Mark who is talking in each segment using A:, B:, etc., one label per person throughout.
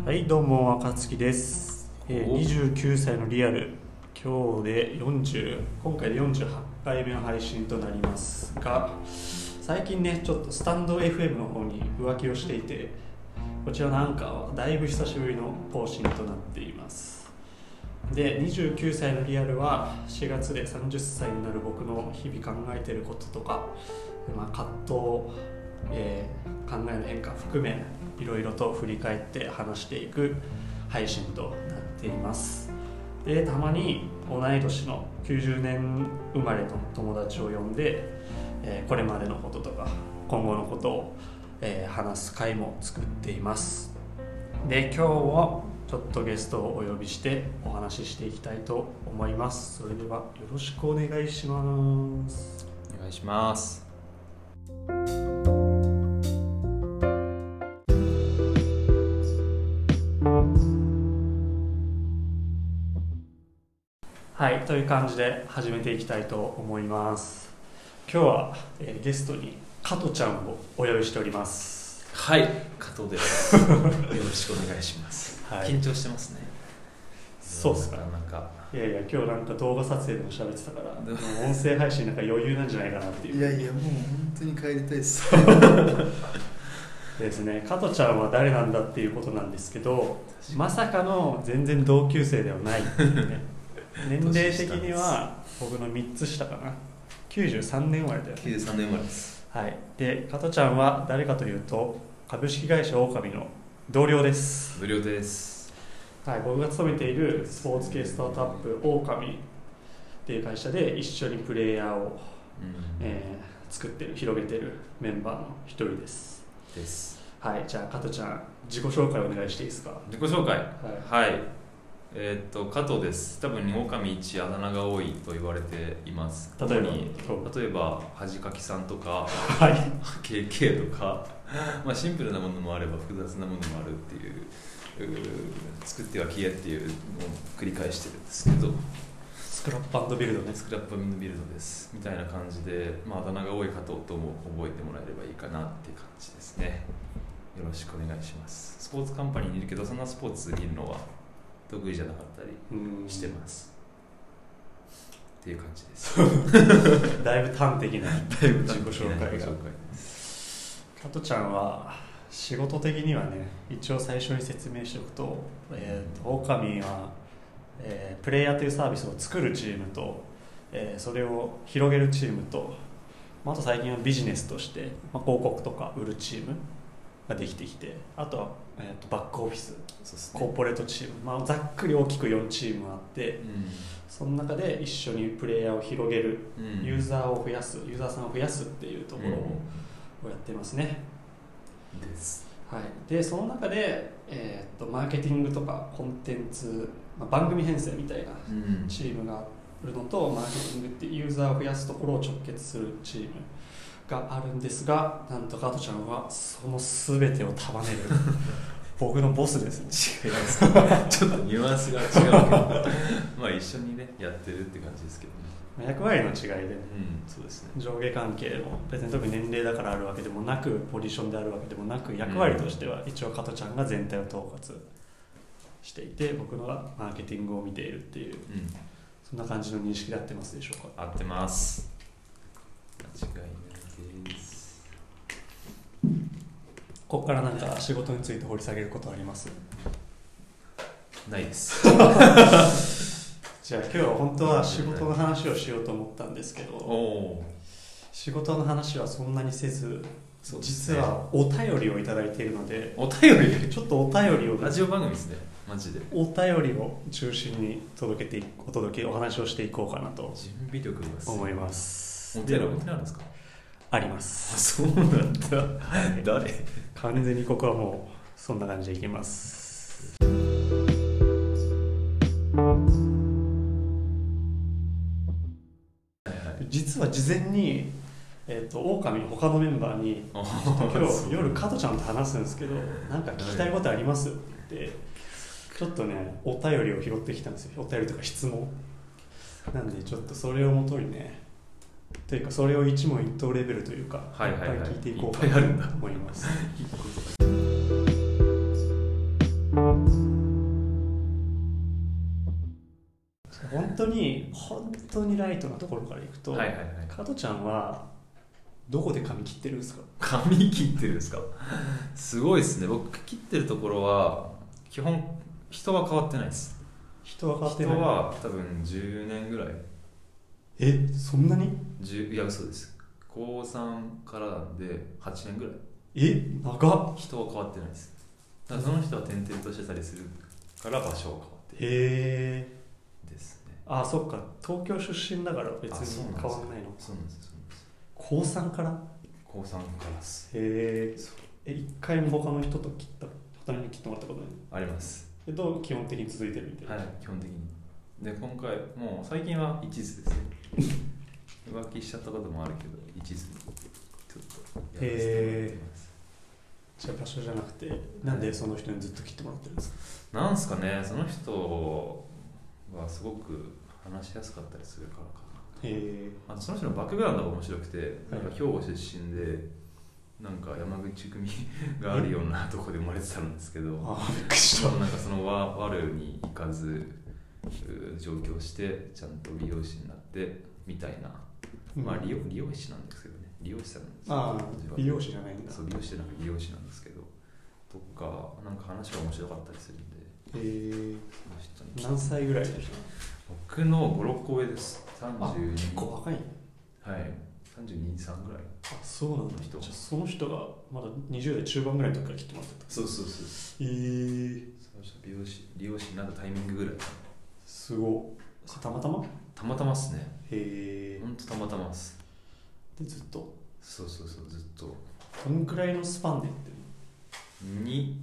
A: はい、どうも若月です。29歳のリアル、今日で今回で48回目の配信となりますが、最近ねちょっとスタンド FM の方に浮気をしていて、こちらのアンカーはだいぶ久しぶりの更新となっています。で、29歳のリアルは4月で30歳になる僕の日々考えていることとか、葛藤、考えの変化含めいろいろと振り返って話していく配信となっています。で、たまに同い年の90年生まれの友達を呼んで、これまでのこととか今後のことを、話す会も作っています。で、今日はちょっとゲストをお呼びしてお話ししていきたいと思います。それではよろしくお願いします。
B: お願いします。
A: はい、という感じで始めていきたいと思います。今日は、ゲストに加藤ちゃんをお呼びしております。
B: はい、加藤です。よろしくお願いします。はい、緊張してますね。
A: そうっすか。いや今日なんか動画撮影でも喋ってたから、音声配信なんか余裕なんじゃないかなっていう。
C: いやもう本当に帰りたいです
A: ですね。加藤ちゃんは誰なんだっていうことなんですけど、まさかの全然同級生ではないっていうね。年齢的には僕の3つ下かな。93年生まれだよね。
B: 93年生まれです。
A: はい。で、加藤ちゃんは誰かというと株式会社オオカミの同僚です。
B: 同僚です。
A: はい。僕が勤めているスポーツ系スタートアップオオカミっていう会社で一緒にプレイヤーを、作ってる、広げてるメンバーの一人です。はい。じゃあ加藤ちゃん、自己紹介お願いしていいですか。
B: 自己紹介。
A: はい。
B: 加藤です。多分狼一あだ名が多いと言われています。例えば恥かきさんとか、
A: はい、
B: KK とか、シンプルなものもあれば複雑なものもあるっていう、作っては消えっていうのを繰り返してるんですけど、
A: スクラップ&ビルドね。
B: スクラップ&ビルドですみたいな感じで、あだ名が多い加藤とも覚えてもらえればいいかなっていう感じですね。よろしくお願いします。スポーツカンパニーにいるけど、そんなスポーツにいるのは得意じゃなかったりしてますっていう感じです
A: だいぶ端的な自己紹介が。加藤ちゃんは仕事的にはね、一応最初に説明しておくと、オオカミは、プレイヤーというサービスを作るチームと、それを広げるチームと、あと最近はビジネスとして、広告とか売るチームができてきて、あとは、バックオフィス、コーポレートチーム、ざっくり大きく4チームあって、その中で一緒にプレイヤーを広げる、ユーザーを増やす、ユーザーさんを増やすっていうところをやってますね。
B: です。
A: はい。で、その中で、マーケティングとかコンテンツ、番組編成みたいなチームがあるのと、マーケティングってユーザーを増やすところを直結するチームがあるんですが、なんと加藤ちゃんはその全てを束ねる僕のボスですね。
B: 違います、ね、ちょっとニュアンスが違うけど一緒にねやってるって感じですけどね。
A: 役割の違いで、
B: そうですね、
A: 上下関係も別に特に年齢だからあるわけでもなく、ポジションであるわけでもなく、役割としては一応加藤ちゃんが全体を統括していて、僕のがマーケティングを見ているっていう、そんな感じの認識で合ってますでしょうか。
B: 合ってます。間違いないです。
A: ここからなんか仕事について掘り下げることあります？
B: ないです
A: じゃあ今日は本当は仕事の話をしようと思ったんですけど、仕事の話はそんなにせず、実はお便りをいただいているので、
B: お便り
A: ちょっとお便りを、
B: ラジオ番組ですね、マジで
A: お便りを中心にお話をしていこうかなと
B: 準備力が
A: 思います。
B: お便りあるんですか？
A: あります。
B: そうなんだ、誰？
A: 完全にここはもうそんな感じでいきます。実は事前に狼の他のメンバーに今日夜加藤ちゃんと話すんですけど、なんか聞きたいことありますって言って、ちょっとねお便りを拾ってきたんですよ。お便りとか質問なんで、ちょっとそれをもとにね、というかそれを一問一答レベルというか、いっぱい聞いていこうかなと思います。 当にライトなところからいくと、
B: はいはいはい。
A: 加トちゃんはどこで髪切ってるんですか？
B: 髪切ってるんですか？すごいですね。僕切ってるところは基本人は変わってないです。
A: 人は変わってない。
B: 人は多分10年ぐらい。
A: そんなに？
B: いや嘘です。高3からなんで8年ぐらい。
A: 長っ。
B: 人は変わってないです。だからその人は転々としてたりするから場所が変わってる。
A: へえ。
B: ですね。
A: あ、そっか。東京出身だから別に変わんないの。
B: そうなんです。
A: 高3から？
B: 高3からです。
A: へえ。一回も他の人と他に切ってもらったことない？
B: あります。
A: 基本的に続いてるみたいな。
B: はい、基本的に。で今回もう最近は一途ですね。浮気しちゃったこともあるけど一途にちょっとやらせてもらってます。
A: じゃあ場所じゃなくて、なんでその人にずっと切ってもらってるんですか？
B: なんすかね、その人はすごく話しやすかったりするからかな。あとその人のバックグラウンドが面白くて、なんか兵庫出身でなんか山口組があるようなところで生まれてたんですけど、
A: びっくりした。
B: なんかそのワルに行かず上京してちゃんと美容師になってみたいな、まあ理容師なんですけどね、理容師さんなんですけど、
A: 美容師じゃないんだ。
B: そう、美容師じゃなくて理容師なんですけど、とかなんか話が面白かったりするんで。その人に
A: 何歳ぐらいの人？
B: 僕の5、6個上です。32。
A: 結構若いね。
B: はい。32、3ぐらい。
A: そうなんだ。じゃあその人がまだ20代中盤ぐらいの時から切ってもらってた。
B: そう。その人理容師になったタイミングぐらい。
A: すごい。たまたま？
B: たまたまっすね。
A: へえ。
B: ほんとたまたまっす。
A: でずっと？
B: そうずっと。
A: どんくらいのスパンでやってるの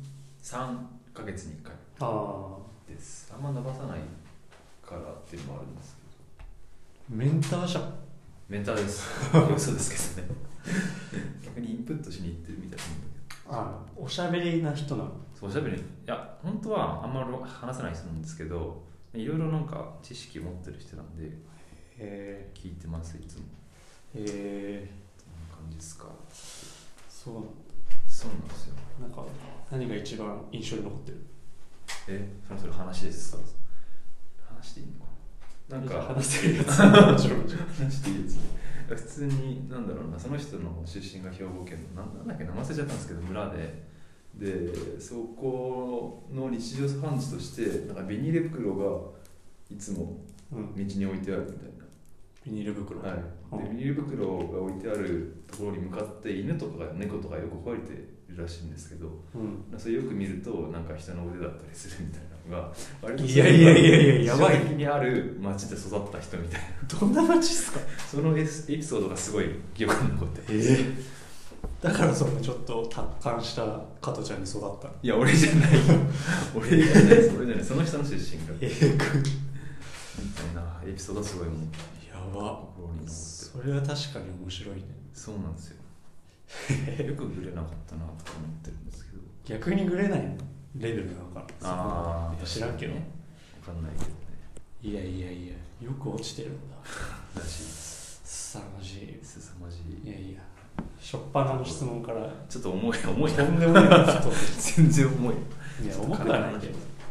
B: ？2、3ヶ月に1回です。あんま伸ばさないからっていうのもあるんですけど。
A: メンターじゃん。
B: メンターです。嘘ですけどね。逆にインプットしに行ってるみたいなんだけど。
A: おしゃべりな人なの？
B: そう、おしゃべり。いや、本当はあんまり話せない人なんですけど、いろいろなんか知識を持ってる人なんで、聞いてます、いつも。どんな感じですか？
A: そうなん
B: ですよ。
A: なんか何が一番印象に残ってる？
B: それ話ですか？話していいのかな？なんか
A: 話せるやつ話
B: していいやつ。普通になんだろうな、その人の出身が兵庫県のなんだっけ、名前忘れちゃったんですけど、村でそこの日常茶飯事としてなんかビニール袋がいつも道に置いてあるみたいな。
A: ビニール袋。
B: はい。でビニール袋が置いてあるところに向かって犬とか猫とかよく吠えてるらしいんですけど、それよく見るとなんか人の腕だったりするみたいなのが割と
A: いややばい。
B: にある町で育った人みたいな。
A: どんな町ですか？
B: そのエピソードがすごい記憶に残って。
A: だからそのちょっと達観した加トちゃんに育った。
B: いや俺じゃない俺じゃないその人の出身がみたいなエピソードすごいもう
A: やば。
B: 心に残って。
A: それは確かに面白いね。
B: そうなんですよ。よくグレなかったなと思ってるんですけど。
A: 逆にグレないレベルなのかな。知らんけど。
B: 分かんないけどね。
A: いやよく落ちてるんだ。
B: らしいです。
A: 凄まじい。
B: 凄まじい。
A: いやしょっぱなの質問から
B: ちょっと重い
A: とんでもないな。
B: 全然重い。
A: いや重くはないけど。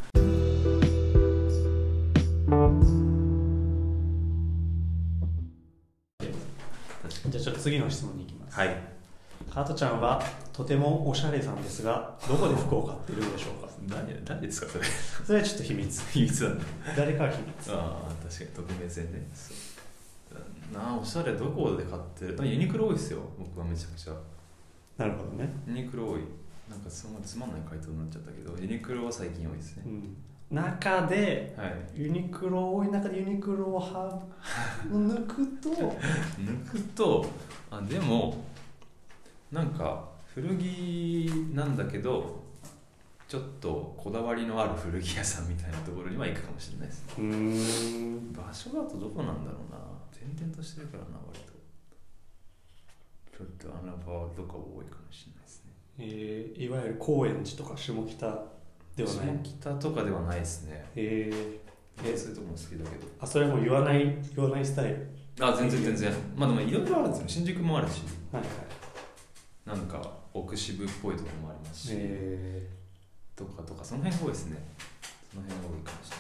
A: じゃあちょっと次の質問に行きます。
B: はい。
A: 加トちゃんはとてもおしゃれさんですが、どこで服を買っているでしょうか？
B: 誰ですかそれ？
A: それはちょっと秘密。
B: 秘密なんだ。
A: 誰かは秘密。
B: 確かに特命線ね。おしゃれどこで買ってる？ユニクロ多いですよ。僕はめちゃくちゃ。
A: なるほどね。
B: ユニクロ多い。なんかそんなつまんない回答になっちゃったけど、ユニクロは最近多いですね。
A: 中で、
B: はい、
A: ユニクロ多い中でユニクロを抜く
B: とでもなんか古着なんだけどちょっとこだわりのある古着屋さんみたいなところには行くかもしれないですね。場所だとどこなんだろうな。転々としてるからな。割とちょっと穴場とか多いかもしれないですね。
A: いわゆる高円寺とか下北ではない。
B: 下北とかではないですね。
A: そう
B: いうとこも好きだけど。
A: それも言わないスタイル。
B: 全然。まあでもいろいろあるんですよ。新宿もあるし、なんか奥渋っぽいところもありますし、とかその辺が多いですね。その辺が多いかもしれないです。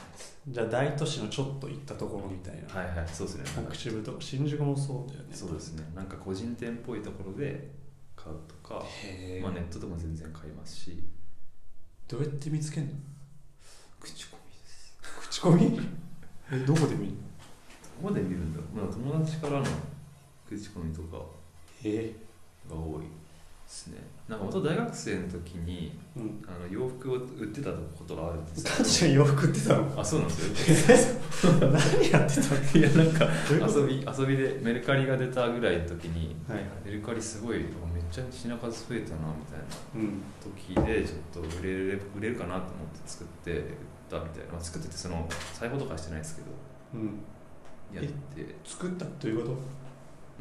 A: じゃあ大都市のちょっと行ったところみたいな。
B: はいはい、そうですね。
A: 北中部とか新宿もそうだよね。
B: そうですね。なんか個人店っぽいところで買うとか、まあ、ネットでも全然買いますし。
A: どうやって見つけんの？
B: 口コミです。
A: 口コミ？どこで見るの？
B: どこで見るんだろう。まあ、友達からの口コミとかが多いですね。なんか元大学生の時に、洋服を売ってたことがあるんですけど。
A: 確かに洋服売ってたの？
B: あ、そうなんですよ。
A: 何やってたの？
B: いや、なんか遊びでメルカリが出たぐらいの時に、メルカリすごいめっちゃ品数増えたなみたいな時で、ちょっと売れるかなと思って作ってたみたいな、作っててその裁縫とかしてないですけど、やって
A: 作ったということ？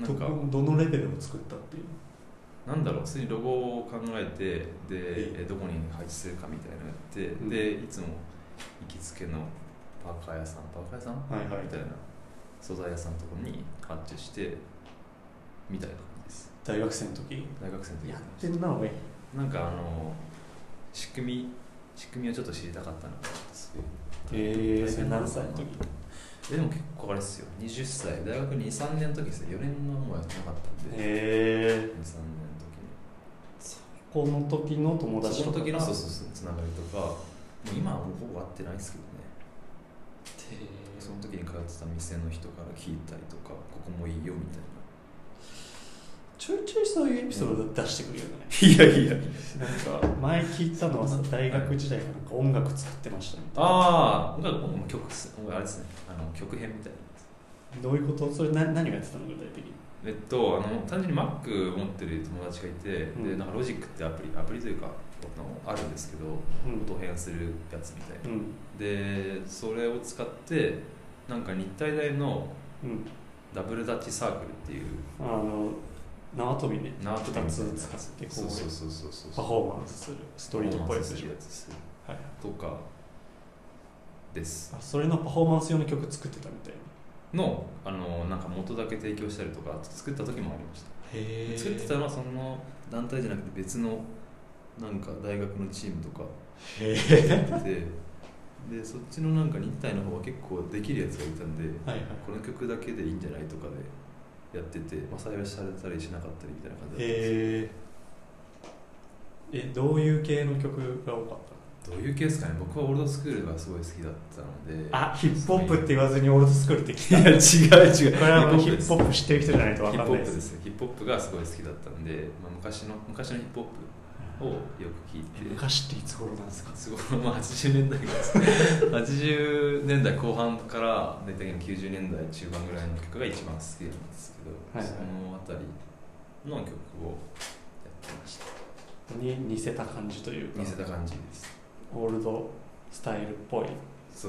B: なんか
A: どのレベルを作ったっていう？
B: なんだろう、普通にロゴを考えて、でどこに配置するかみたいなのやって、でいつも行きつけのパーカー屋さん、みたいな素材屋さんのところに発注してみたいな感じです。
A: 大学生の時やってんな。おい、
B: なんか仕組みをちょっと知りたかったなと思って。
A: それ何歳の時？
B: でも結構あれですよ、20歳、大学2、3年の時ですね。4年のもうやってなかったんで、2、3年の時に
A: そこの時の友達とか、
B: その時のつながりとか、もう今はもうほぼ会ってないですけどね。その時に通ってた店の人から聞いたりとか、ここもいいよみたいな。
A: ちょいちょいそういうエピソード出してくるよね。
B: いや
A: なんか前聞いたのはさ、大学時代なんか音楽作ってましたみたいな。
B: ああ、曲あれですね、曲編みたいな。
A: どういうこと？それ何をやってたの具体的に？
B: 単純に Mac 持ってる友達がいて、でなんかロジックってアプリというかあるんですけど、音変するやつみたいな、でそれを使ってなんか日体大のダブルダッチサークルっていう、
A: 縄跳びね、
B: 縄跳び
A: 2つ使ってこう
B: そう
A: パフォーマンスするストリートっぽいやつ
B: とかです。
A: それのパフォーマンス用の曲作ってたみたい
B: のなんか元だけ提供したりとか作った時もありました。作ってたのはその団体じゃなくて別のなんか大学のチームとかやってて、でそっちのなんか日体の方は結構できるやつがいたんで、この曲だけでいいんじゃないとかでやってて、採用されたりしなかったりみたいな感じだったんです。
A: どういう系の曲が多かった？
B: どういう系ですかね。僕はオールドスクールがすごい好きだったので。
A: ヒップホップって言わずにオールドスクールって聞いた。
B: いや違う。
A: これはヒップホップ知ってる人じゃないと分かんないです。
B: ヒップホップがすごい好きだったんで、昔のヒップホップをよく聞いて。
A: 昔っていつ頃なんですか？
B: すごい、80年代ぐらいです。80年代後半から大体90年代中盤ぐらいの曲が一番好きなんですけど、そのあたりの曲をやってました。
A: に似せた感じというか。
B: 似せた感じです。
A: オールドスタイルっぽい。
B: そう。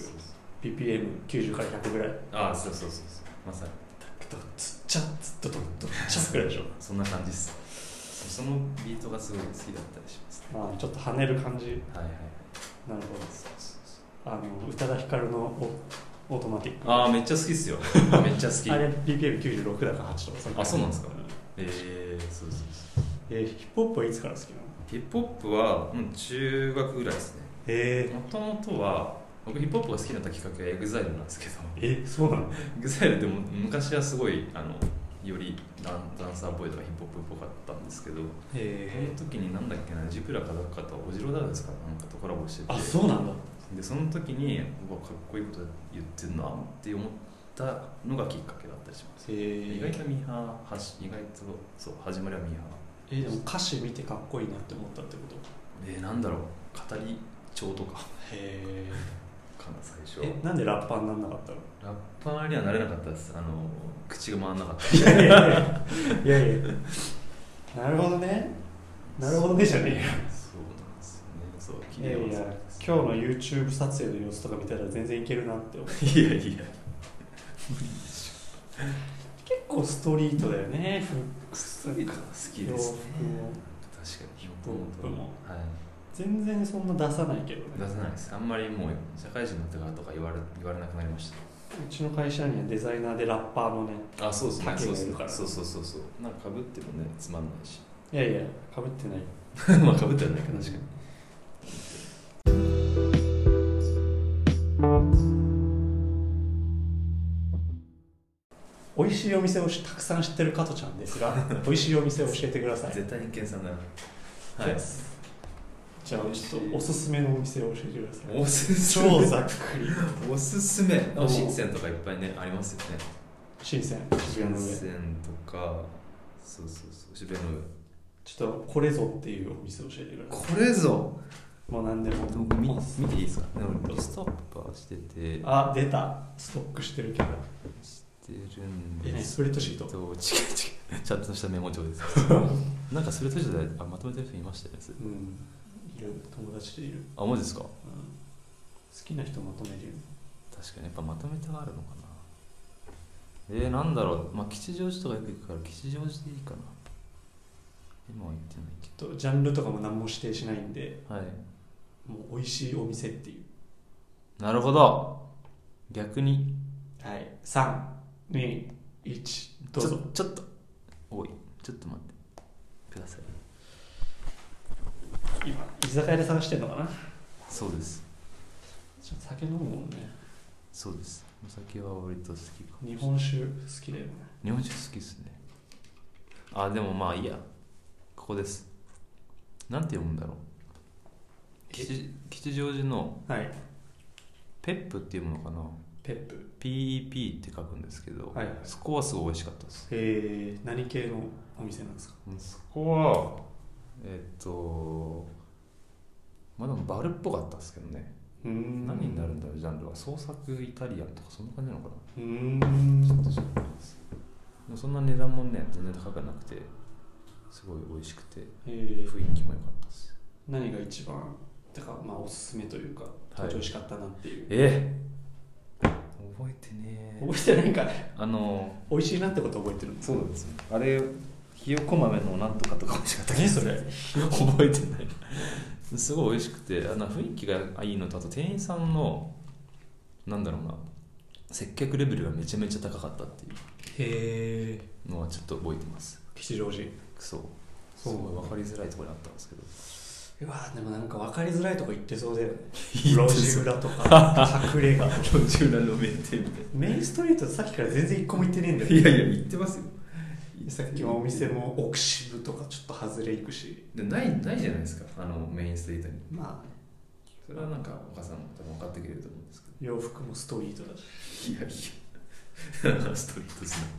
A: BPM90 から100ぐらい。
B: そう。まさに。
A: つっちゃぐらいでしょ。
B: そんな感じです。そのビートがすごい好きだったりします、ね。
A: ちょっと跳ねる感じ。
B: なる
A: ほど。宇多田ヒカルのオートマティック。
B: めっちゃ好きっすよ。めっちゃ好き。
A: あれ BPM96 だか8とか。
B: そうなんですか。
A: そう。ヒップホップはいつから好きなの？
B: ヒップホップは中学ぐらいですね。もともとは僕ヒップホップが好きになったきっかけは EXILE なんですけど。
A: そうなの？
B: EXILE って昔はすごいよりダンサーっぽいとかヒップホップっぽかったんですけど、その時になんだっけな、ジプラかどっかとオジロダウですかなんかとコラボしてて、
A: そうなんだ。
B: でその時にかっこいいこと言ってんなって思ったのがきっかけだったりします。意外とミーハー、そう始まりはミーハ
A: ー。でも歌詞見てかっこいいなって思ったってこと？
B: なんだろう、語り調とか。かな最初。
A: なんでラッパーにならなかったの？
B: ラッパーにはなれなかったです。口が回らなかった。
A: いやなるほどねじゃねえよ。
B: そうなんですよね。そう綺麗な。
A: 今日の YouTube 撮影の様子とか見たら全然いけるなって思う。
B: いや無理でしょ。
A: 結構ストリートだよね。
B: ストリートが好きですね。確かに
A: ヒップホップも。
B: はい。
A: 全然そんな出さないけどね。
B: 出さないです。あんまりもう社会人になってからとか言われなくなりました。
A: うちの会社にはデザイナーでラッパーのね、
B: そうですね。
A: 竹がいるから。
B: そう。なんか被ってもねつまんないし。
A: いや被ってない。
B: 被ってはないか確かに。
A: 美味しいお店をたくさん知ってる加トちゃんですが美味しいお店を教えてください。
B: 絶対偏見さんだな。
A: はい、じゃあちょっとおすすめのお店を教えてください。
B: おすすめ
A: 超ざっくり
B: おすすめ深センとかいっぱいねありますよね。
A: 深セン渋谷の上
B: 深センとかそう渋谷の上
A: ちょっとこれぞっていうお店を教えてください。
C: これぞ
A: もう何でも
B: 見ていいですか。リストアップはしてて
A: あ出たストックしてるけど
B: してるんです
A: ねスプレッドシート
B: 違うちゃんとしたメモ帳ですなんかスプレッドシートでまとめてる人いましたよね。
A: いる友達でいる。
B: あマジですか。
A: 好きな人まとめるよ。
B: 確かにやっぱまとめてはあるのかな。なんだろう、まあ吉祥寺とかよく行くから吉祥寺でいいかな。今は行ってないけ
A: どジャンルとかも何も指定しないんで、
B: ど。はい。
A: もう美味しいお店っていう。
B: なるほど。逆に
A: はい3、2、1どうぞ。
B: ちょっと多い。ちょっと待ってください。
A: 今居酒屋で探してんのかな。
B: そうです。
A: ちょっと酒飲むもんね。
B: そうです。お酒は割と好きか。
A: 日本酒好きだよね。
B: 日本酒好きですね。あでもまあいいや。ここです。なんて読むんだろう。吉祥寺のペップっていうものかな。
A: ペップ
B: PEP って書くんですけど、
A: はいはい、
B: そこはすごい美味しかったです。
A: 何系のお店なんですか。
B: そこはまあでもバルっぽかったですけどね。何になるんだろうジャンルは。創作イタリアンとかそんな感じなのかな。ちょっと知らないです。でもそんな値段もね全然高くなくてすごい美味しくて、雰囲気も良かったです。
A: 何が一番てかまあおすすめというか美味しかったなっていう、
B: 覚えてね
A: 覚えてないんかね。美味しいなってこと覚えてるんです。
B: そうですね。あれひよこ豆のなんとかとか美味しかった
A: ねそれ
B: 覚えてないすごい美味しくて雰囲気がいいのとあと店員さんのなんだろうな接客レベルがめちゃめちゃ高かったっていうのはちょっと覚えてます。
A: 吉祥寺
B: そうすごい分かりづらいところにあったんですけど。
A: うわでもなんか分かりづらいとこ行ってそうだよね路地裏とか隠れ家
B: 路地裏の名店みたいな。
A: メインストリートさっきから全然一個も行ってねえんだよ。
B: いや行ってますよ。
A: さっきのお店も奥渋とかちょっと外れ行くし
B: でないじゃないですかメインストリートに。
A: まあね
B: それはなんかお母さんも多分分かってくれると思うんですけど。
A: 洋服もストリートだし。
B: いやストリートですね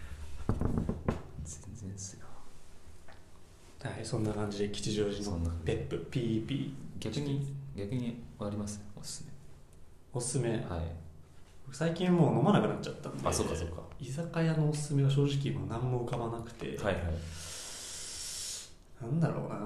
B: 全然ですよ。
A: はいそんな感じで吉祥寺のペップ PEP
B: 逆にありますおすすめ。
A: おすすめ、
B: はい
A: 最近もう飲まなくなっちゃったんで。
B: そうか
A: 居酒屋のおすすめは正直今何も浮かばなくて、なんだろうな。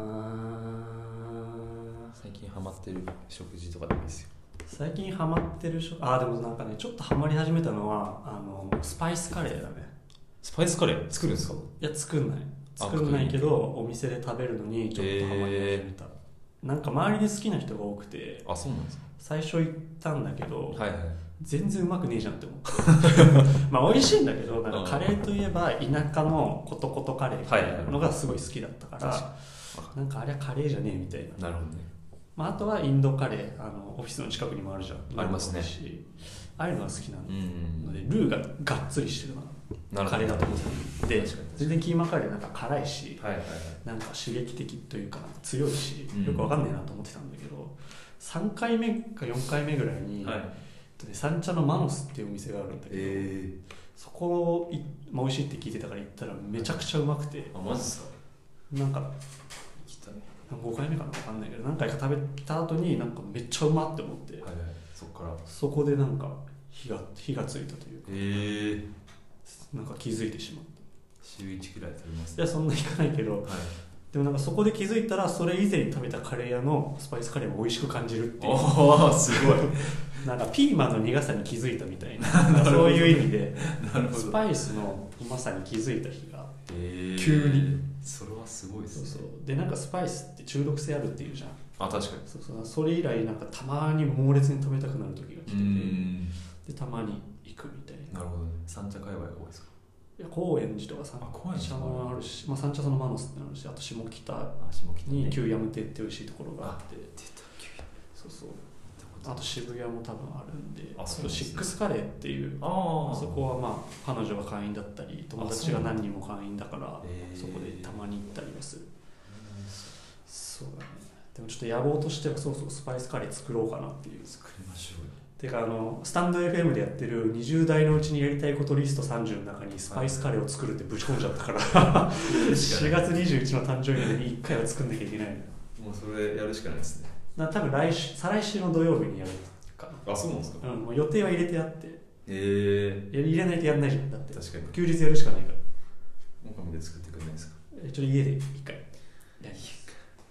B: 最近ハマってる食事とかでもいいですよ。
A: 最近ハマってるでもなんかねちょっとハマり始めたのはスパイスカレーだね。
B: スパイスカレー作るんですか。
A: いや作んないけどお店で食べるのにちょっとハマり始めた、なんか周りで好きな人が多くて。
B: あそうなんですか。
A: 最初行ったんだけど、全然うまくねえじゃんって思ってまあ美味しいんだけどなんかカレーといえば田舎のコトコトカレーっていうのがすごい好きだったから、なんかあれはカレーじゃねえみたいな。
B: なるほどね。
A: まあ、あとはインドカレーオフィスの近くにもあるじゃん。
B: ありますね。
A: ああいうのが好きなのでルーががっつりしてるなカレーだと思ってたで全然キーマカレーなんか辛いし、なんか刺激的というか強いし、よくわかんねえなと思ってたんだけど3回目か4回目ぐらいに、三茶のマノスっていうお店があるんだけど、そこ美味しいって聞いてたから行ったらめちゃくちゃうまくて。
B: マジですか。
A: なんか5回目かな分かんないけど何回か食べた後になんかめっちゃうまって思って、そこでなんか火がついたというか、なんか気づいてしまった。
B: 週1くらい食べます。
A: いやそんなにいかないけど、でもなんかそこで気づいたらそれ以前に食べたカレー屋のスパイスカレーも美味しく感じるっていう。
B: すごい
A: なんかピーマンの苦さに気づいたみたいなそういう意味でスパイスのうまさに気づいた日があって、急に。
B: それはすごいですね。
A: でなんかスパイスって中毒性あるっていうじゃん。
B: 確かに。
A: それ以来なんかたまに猛烈に食べたくなる時が来てて、でたまに行くみたいな。
B: なるほどね。三茶界隈が多いですか。
A: いや高円寺とか三茶もあるし、まあ、三茶そのマノスってあるし、あと下北に旧ヤム亭って美味しいところがあって、そうあと渋谷も多分あるんで、
B: あそう
A: とシックスカレーっていう
B: あ
A: そこはまあ彼女が会員だったり友達が何人も会員だからそこでたまに行ったりはする。そうだね。でもちょっと野望としてはそうスパイスカレー作ろうかなっていう。
B: 作りましょうよ。
A: てかスタンド FM でやってる20代のうちにやりたいことリスト30の中にスパイスカレーを作るってぶち込んじゃったから4月21の誕生日までに1回は作んなきゃいけないのよ。
B: もうそれやるしかないですね。
A: 多分再来週の土曜日にやるかな。
B: あ、そうなんですか。
A: もう予定は入れてあって入れないとやんないじゃん。だって
B: 確かに
A: 休日やるしかないから。
B: おかみで作ってくれないですか。
A: ちょっと家で1回やります。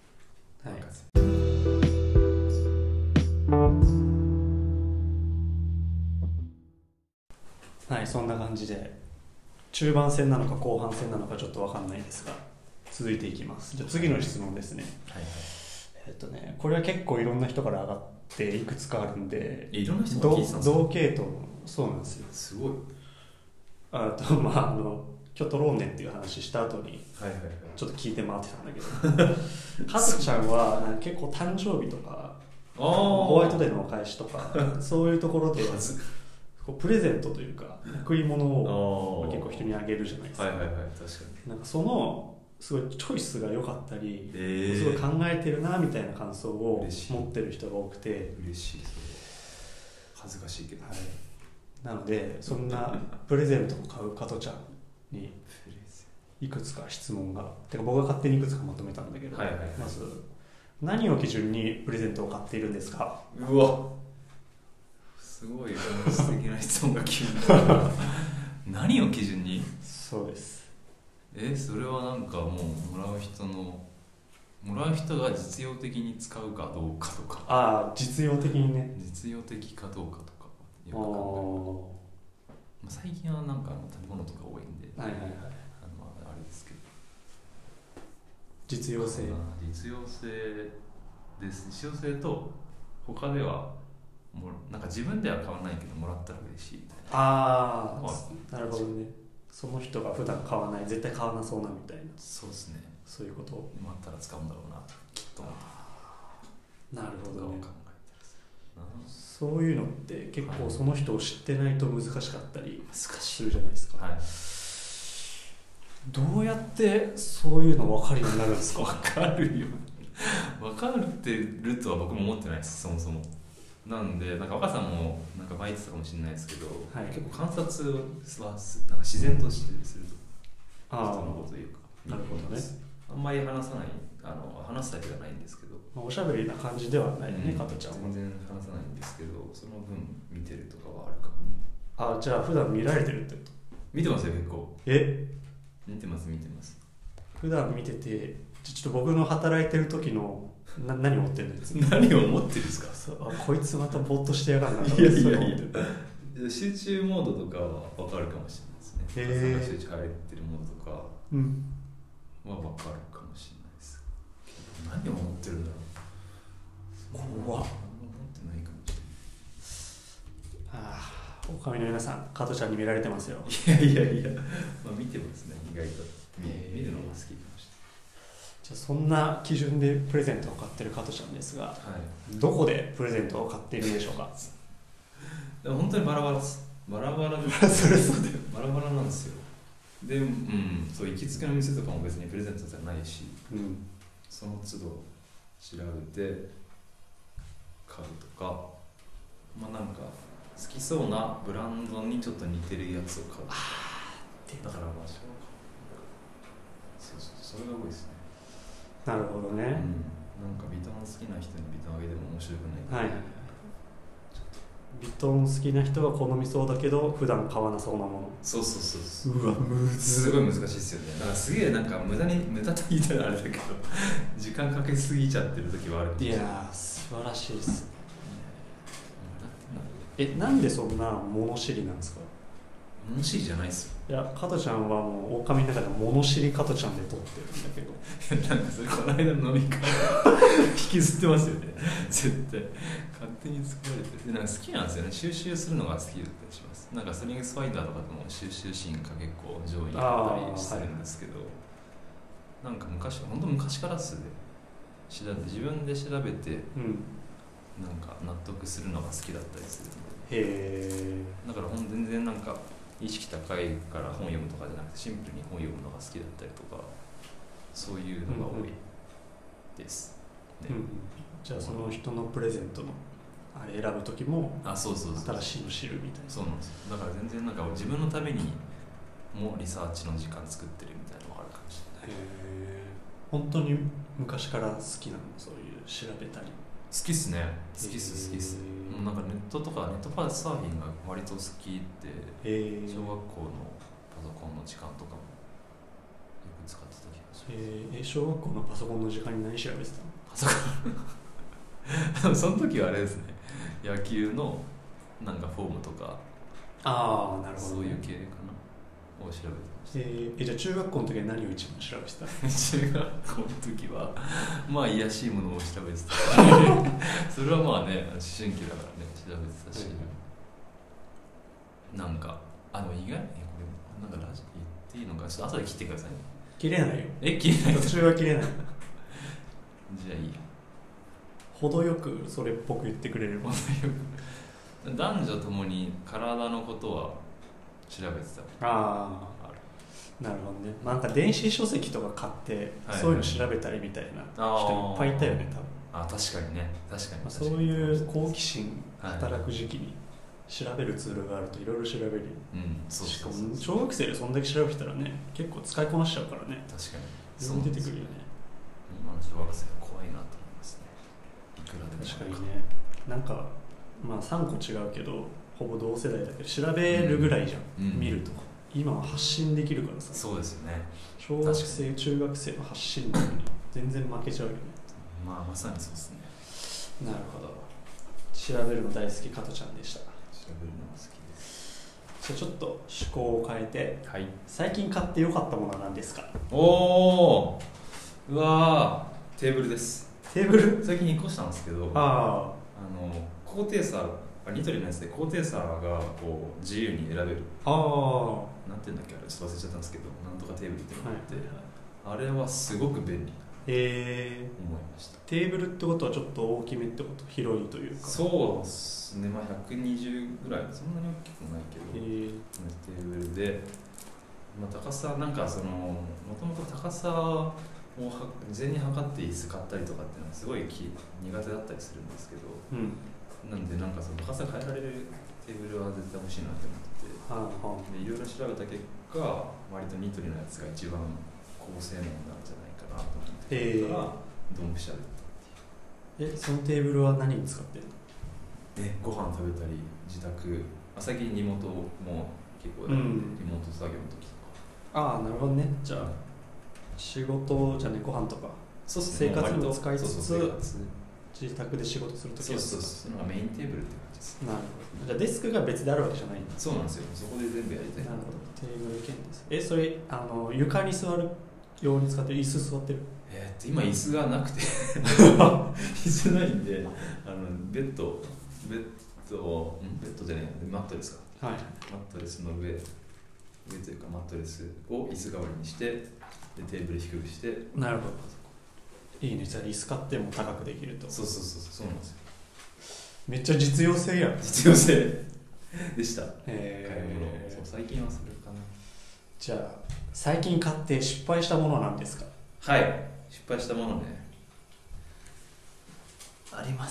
A: はい、そんな感じで中盤戦なのか後半戦なのかちょっと分かんないですが続いていきます。じゃあ次の質問ですね。
B: はいはい。
A: これは結構いろんな人から上がっていくつかあるんで、
B: いろんな人が聞いてたんですか。
A: 同系統のそうなんですよ。
B: すごい。
A: まあ今日撮ろうねっていう話した後にちょっと聞いて回ってたんだけどカズちゃんは結構誕生日とかホワイトデーのお返しとかそういうところでプレゼントというか贈り物を結構人にあげるじゃないですか。
B: はいはいはい、確かに。
A: なんかそのすごいチョイスが良かったり、すごい考えてるなみたいな感想を持ってる人が多くて
B: 嬉しい。恥ずかしいけど、
A: はい、なのでそんなプレゼントを買う加トちゃんにいくつか質問がてか僕が勝手にいくつかまとめたんだけど、
B: はいはいはい、
A: まず何を基準にプレゼントを買っているんですか。
B: うわすごい素敵な質問が急に何を基準に。
A: そうです。
B: それはなんかもうもらう人が実用的に使うかどうかとか。
A: ああ、実用的にね。
B: 実用的かどうかとかよく考える。最近はなんか食べ物とか多いんで、
A: はいはいはい、
B: あれですけど
A: 実用性
B: です。実用性と他ではもうなんか自分では買わないけどもらったら嬉しいみたいな。
A: ああ、なるほどね。その人が普段買わない、絶対買わなそうなみたいな。
B: そうですね。
A: そういうことを
B: もらったら使うんだろうなきっと。
A: なるほどね。
B: 考えて
A: そういうのって結構その人を知ってないと難しかったりするじゃないですか。
B: はい、
A: どうやってそういうの分かるようになるんですか。
B: 分かるよ分かってるとは僕も思ってないです、そもそも。なんでなんか若さんもなんか巻いてたかもしれないですけど、はい、結構観察はなんか自然としてすると人のことというか。
A: なるほどね。
B: あんまり話さない話すタイプじゃないんですけど、
A: おしゃべりな感じではないね、加トちゃんは。
B: 全然話さないんですけど、その分見てるとかはあるかも。
A: あ、じゃあ普段見られてるってこと。
B: 見てますよ結構。見てます。
A: 普段見てて、ちょっと僕の働いてる時の何を持ってるんですか。
B: 何を持ってるんですか。
A: こいつまたぼーっとしてやがるな。
B: いや集中モードとかは分かるかもしれないですね。集中入ってるモードとかは分かるかもしれないです。何を持ってるんだろう。
A: 怖っ。
B: 何も持ってないかもしれない。
A: おかみの皆さん、加トちゃんに見られてますよ。
B: いや、見てますね、意外と。見るのが好きかもしれない。
A: じゃあそんな基準でプレゼントを買ってる加トちゃんですが、はい、どこでプレゼントを買っているんでしょうか。
B: でも本当にバラバラです。バラバラで
A: それそうだよ。
B: バラバラなんですよ。で、そう行きつけの店とかも別にプレゼントじゃないし、その都度調べて買うとか、なんか好きそうなブランドにちょっと似てるやつを買う。だからそれが多いですね。
A: なるほどね。
B: なんかビトン好きな人にビトンあげても面白くない。はい。
A: ビトン好きな人が好みそうだけど普段買わなそうなもの。
B: そう。
A: うわ、
B: すごい難しいですよね。だからすげえなんか無駄と言いたらあれだけど時間かけすぎちゃってる時はある。
A: いやー素晴らしいです。なんでそんな物知りなんですか。
B: 物知りじゃないですよ。
A: いや、加トちゃんはもう狼の中で物知り加トちゃんで撮ってるんだけど
B: なんかそれこの間の飲み会引きずってますよね絶対勝手に作られてる。なんか好きなんですよね。収集するのが好きだったりします。なんかストリングスファインダーとかでも収集シーンが結構上位にあったりするんですけど、なんか本当昔からっすね。自分で調べて、 なんか納得するのが好きだったりするの
A: へえ。
B: で、だから全然なんか意識高いから本読むとかじゃなくてシンプルに本読むのが好きだったりとかそういうのが多いです、ね。
A: じゃあその人のプレゼントのあれ選ぶ時も
B: そうそうそう
A: 新しいの知るみたいな。
B: そうなんですよ。だから全然なんか自分のためにもリサーチの時間作ってるみたいなのがあるかもしれない。
A: 本当に昔から好きなの、そういう調べたり。
B: 好きっすね。好きっす。もうなんかネットとかネットサーフィンが割と好きで、小学校のパソコンの時間とかもよく使ってた気がします。
A: 小学校のパソコンの時間に何調べてたの？
B: パソコンその時はあれですね、野球のなんかフォームとか、
A: なるほど、ね、
B: そういう系かなを調べてました。
A: じゃあ中学校の時は何を一番調べてたの？
B: 中学校の時はまあ癒しいものを調べてたそれはまあね思春期だからね調べてたし、なんか意外にこれなんかラジオ言っていいのかちょっと後で切ってくださいね。
A: 切れないよ。
B: 切れない？
A: 途中は切れない
B: じゃあいいや。
A: 程よくそれっぽく言ってくれれば。
B: 男女ともに体のことは調べてた。
A: なるほどね。なんか電子書籍とか買って、そういうの調べたりみたいな人いっぱいいたよね、多分。
B: 確かにね。確かに。
A: そういう好奇心働く時期に調べるツールがあるといろいろ調べる。しかも小学生でそんだけ調べてたらね、結構使いこなしちゃうからね。
B: 確かに。
A: そう出てくるよね。
B: 今の小学生は怖いなと思いますね。いくらでも。
A: 確かにね。なんかまあ3個違うけどほぼ同世代だけど調べるぐらいじゃん、見ると今は発信できるからさ。
B: そうですよね。
A: 小学生中学生の発信力に全然負けちゃうよね。
B: まさにそうですね。
A: なるほど。調べるの大好き加トちゃんでした。
B: 調べるのが好きです。
A: じゃあちょっと趣向を変えて、最近買ってよかったものは何ですか？
B: うわー、テーブルです。
A: テーブル？
B: 最近引っ越したんですけど、高低差、ニトリのやつで高低差がこう自由に選べる。なんていうんだっけ、あれちょっと忘れちゃったんですけど、なんとかテーブルってのがあって、あれはすごく便利。思いました。
A: テーブルってことはちょっと大きめってこと？広いというか。
B: そうですね。まあ120ぐらい、そんなに大きくないけど、テーブルで、高さなんかもともと高さを事前に測って椅子買ったりとかっていうのはすごい苦手だったりするんですけど、なんでなんかその高さ変えられるテーブルは絶対欲しいなって思ってて、いろいろ調べた結果割とニトリのやつが一番高性能なんじゃないかなと思ってからドンピシャで。
A: そのテーブルは何に使ってるの？
B: ご飯食べたり自宅、最近リモートも結構リモート作業の時とか。
A: なるほどね。じゃあ仕事じゃね、ご飯とか生活に使いつつ自宅で仕事するときは
B: そういうのがメインテーブルって感じです。
A: なるほど。じゃあデスクが別であるわけじゃないんだ。
B: そうなんですよ。そこで全部やりたい。
A: なるほど。テーブル兼です。それ床に座るように使ってる？椅子座ってる？
B: 今椅子がなくて椅子ないんでベッドじゃない、マットレスか。マットレスの上というかマットレスを椅子代わりにしてでテーブル低くして。
A: なるほど。いいね。じゃあ椅子買っても高くできると。
B: そうなんですよ。
A: めっちゃ実用性やん。
B: 実用性でした。買い物。最近はそれかな。
A: じゃあ最近買って失敗したものは何ですか？
B: 失敗したものね、あります。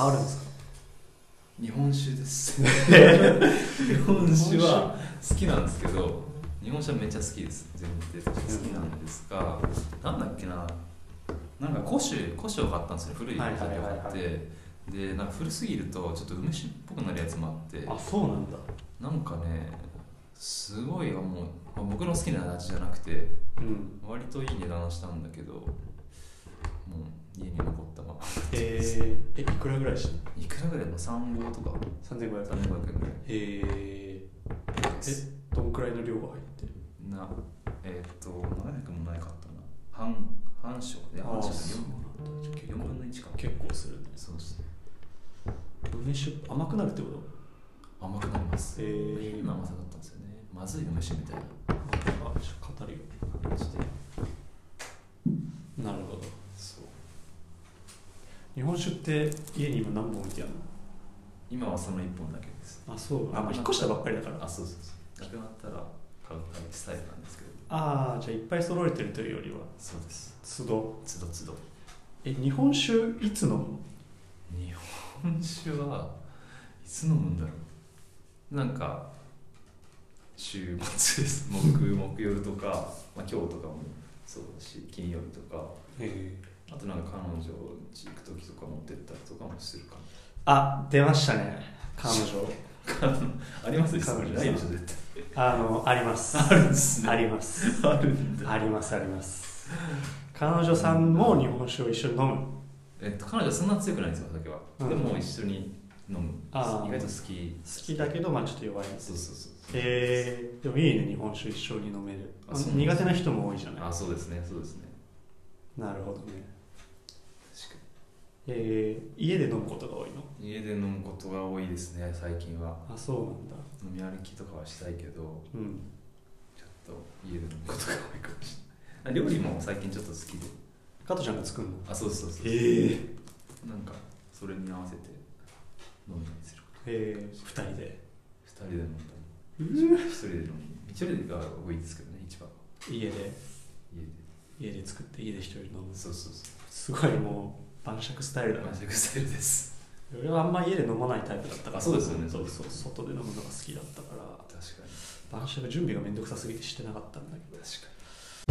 A: あるんですか？
B: 日本酒です日本酒は好きなんですけど、日本酒はめっちゃ好きです。全然好きなんですが、なんだっけな、なんか古酒を買ったんですよ。古い古酒を買って、でなんか古すぎるとちょっと梅酒っぽくなるやつもあって。
A: そうなんだ。
B: なんかね、すごい僕の好きな味じゃなくて、割といい値段したんだけど、もう家に残ったまま。
A: いくらぐらいしたの？
B: いくらぐらいの3500とか
A: 3500円ぐらい。どんくらいの量が入ってる
B: ？700もないかったな。半升で、半升で4分の1か。
A: 結構するね。
B: そうですね。
A: 梅酒甘くなるってこと？
B: 甘くなります。変な甘さだったんですよね。まずい梅酒みたいな。
A: 語りが感じで。なるほど。 日本酒って家に今何本置いてあるの？
B: 今はその1本だけです。
A: あ、そう。まあ引っ越したばっかりだから。
B: あ、そうそうそう。なくなったら買うスタイルなんですけど。
A: ああ、じゃあいっぱい揃えてるというよりは
B: そうです。
A: 都度。日本酒いつ飲むの？
B: 日本酒はいつ飲むんだろう。なんか週末です。木曜とか、まあ、今日とかもそうだし、金曜日とか、あとなんか彼女家行く時とか持ってったりとかもするかも。
A: あ、出ましたね、彼女。
B: ありますね。ないでしょ絶対。
A: あります。
B: あるんですね。
A: あります。
B: あるんだ。
A: あります。彼女さんも日本酒を一緒に飲む。
B: 彼女そんな強くないんですよ、お酒は。でも一緒に飲む。意外と好
A: きだけど、まあちょっと弱い。
B: そうそうそう。
A: でもいいね、日本酒一緒に飲める。苦手な人も多いじゃない。
B: あ、そうですね、そうですね。
A: なるほどね。
B: 確か
A: に。家で飲むことが多いの？
B: 家で飲むことが多いですね、最近は。
A: あ、そうなんだ。
B: 飲み歩きとかはしたいけど、
A: うん、
B: ちょっと家で飲むことが多いかもしれない。料理も最近ちょっと好きで。
A: 加藤ちゃんが作るの？
B: あ、そうそうそう。なんかそれに合わせて飲んだりする。
A: 2人で
B: 飲んだり。一人で飲む。一人が多いですけどね、一番。
A: 家で作って家で一人で飲む。
B: そうそうそう。
A: すごいもう晩酌スタイルだね。
B: 晩酌スタイルです。
A: 俺はあんま家で飲まないタイプだったから。
B: そうですよね。
A: そう外で飲むのが好きだったから。
B: 確かに。
A: 晩酌準備がめんどくさすぎてしてなかったんだけど。
B: 確かに。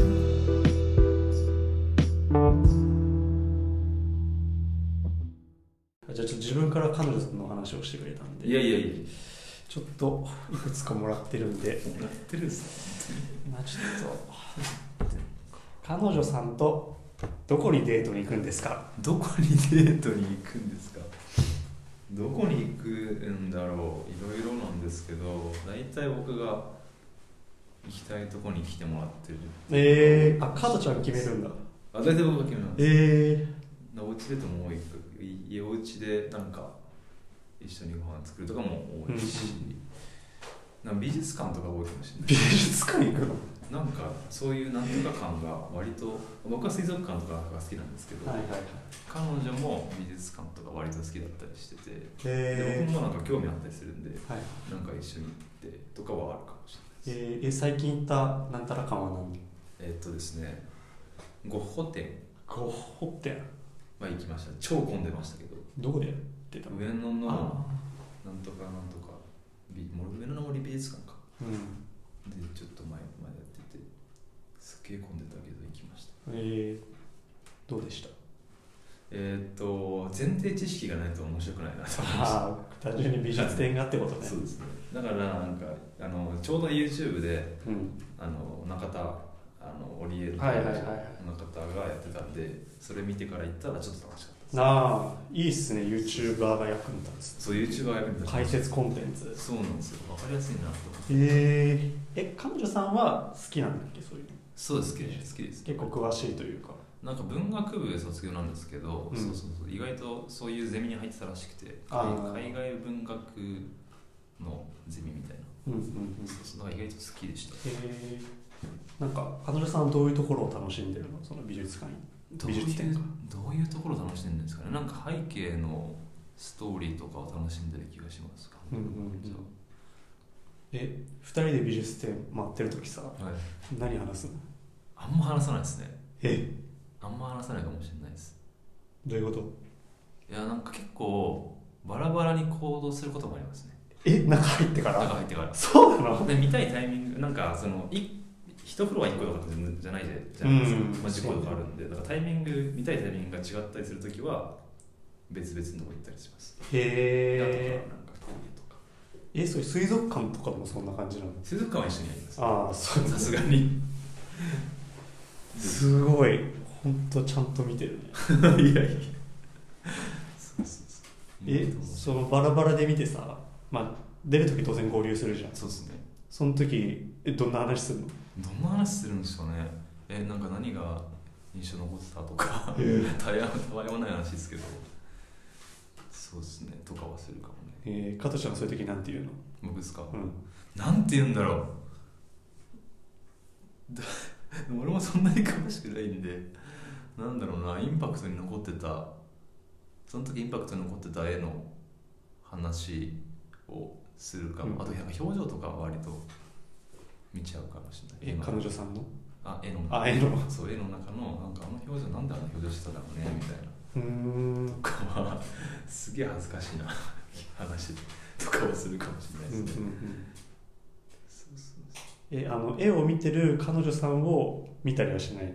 A: じゃあちょっと自分から彼女さんの話をしてくれたんで。
B: いや
A: ちょっといくつかもらってるんで。
B: もらってるんですね。
A: まあちょっと彼女さんとどこにデートに行くんですか？
B: どこにデートに行くんですか？どこに行くんだろう。いろいろなんですけど、大体僕が行きたいとこに来てもらってる。
A: 加藤ちゃん決めるんだ。
B: 大体僕が決めます。おうちデートも多い。おうちでなんか一緒にご飯作るとかも多いし、なんか美術館とか多いかもしれない。
A: 美術館行くの？
B: なんかそういうなんとか感が割と、僕は水族館とかが好きなんですけど、彼女も美術館とか割と好きだったりしてて、で僕もなんか興味あったりするんで、なんか一緒に行ってとかはあるかもしれないです。
A: 最近行ったなんたら館は何？
B: ですね、ゴッホ展。
A: ゴッホ展？
B: まあ行きました。超混んでましたけど。
A: どこでやってたの？
B: 上野のなんとか上野の森美術館か。でちょっと前やってて、すっげえ混んでたけど行きました。
A: どうでした？
B: 前提知識がないと面白くないなと思いました。
A: 単純に美術展がってことね。
B: そうですね。だからなんかちょうど YouTube で、中田オリエルの方がやってたんで、それ見てから行ったらちょっと楽しかったです。
A: いいっすね、 YouTuber が役に立つ。
B: そう、YouTuber が役に立つ
A: 解説コンテンツ。
B: そうなんですよ、分かりやすいなと思って。
A: 彼女さんは好きなんだっけ、そういうの？
B: そうです、好きです。
A: 結構詳しいというか。
B: なんか文学部卒業なんですけど、意外とそういうゼミに入ってたらしくて、海外文学のゼミみたいな。だから意外と好きでした。
A: なんか彼女さんはどういうところを楽しんでるの？その美術館、美術展か。
B: どういうところを楽しんでるんですかね。なんか背景のストーリーとかを楽しんでる気がしますか。
A: 2人で美術展回ってる時さ、何話すの？
B: あんま話さないですね。あんま話さないかもしれないです。
A: どういうこと？
B: いや、なんか結構バラバラに行動することもありますね。
A: 中入ってから？
B: 中入ってから。
A: そうなの？
B: で見たいタイミング、なんか一フロア1個とかじゃないじゃないですか。10個とかあるんで、だからタイミング、見たいタイミングが違ったりするときは別々のとこ行ったりします。
A: そういう水族館とかでもそんな感じなの？
B: 水族館は一緒にやります。
A: そう、
B: さすがに。
A: すごい、本当ちゃんと見てるね。
B: いや
A: そのバラバラで見てさ、出るとき当然合流するじゃん。
B: そうですね。
A: その時どんな話するの？
B: どんな話するんですかね。なんか何が印象残ってたとか、たわいもない話ですけど、そうですね、とかはするかもね。
A: 加藤ちゃんはそういう時なんて言うの？
B: 僕ですか？なんて言うんだろう。俺もそんなに詳しくないんで、なんだろうな、インパクトに残ってたその時インパクトに残ってた絵の話をするかも、あとなんか表情とかは割と見ちゃうかもしれない。
A: 彼女さんの
B: 絵のそう絵の中のなんかあの表情なんであんな表情してたんだろうねみたいなとかはすげえ恥ずかしいな話とかをするかもしれないですね。
A: 絵を見てる彼女さんを見たりはしない？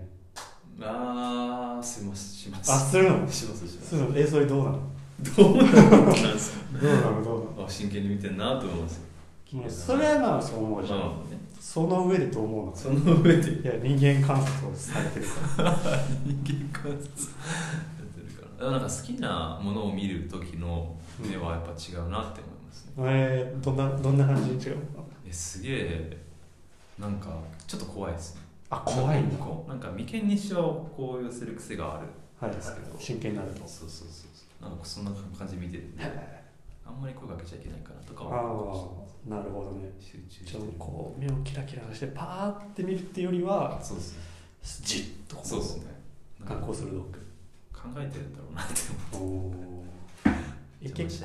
B: します。
A: するの？
B: します。
A: それどうなの？
B: どうなんですか？
A: どうなの？
B: 真剣に見てんなと思います。
A: もうそれはまあそう思うじゃん、その上でどう思うの？
B: その上で
A: いや人間観察をされてるから
B: 人間観察やってるからなんか好きなものを見る時の目はやっぱ違うなって思いますね。
A: どんな感じに違うの？
B: すげえなんかちょっと怖いですね。
A: 怖いんだ。
B: なんか眉間にしわをこう寄せる癖があるんですけど、
A: 真剣になると
B: そうなんかそんな感じで見てるんであんまり声かけちゃいけないかなとか
A: なるほどね。
B: 集中
A: してこう目をキラキラしてパーって見るっていうよりはじっと
B: そうですね
A: 眼光鋭く
B: 考えてるんだろうなって
A: 思う。結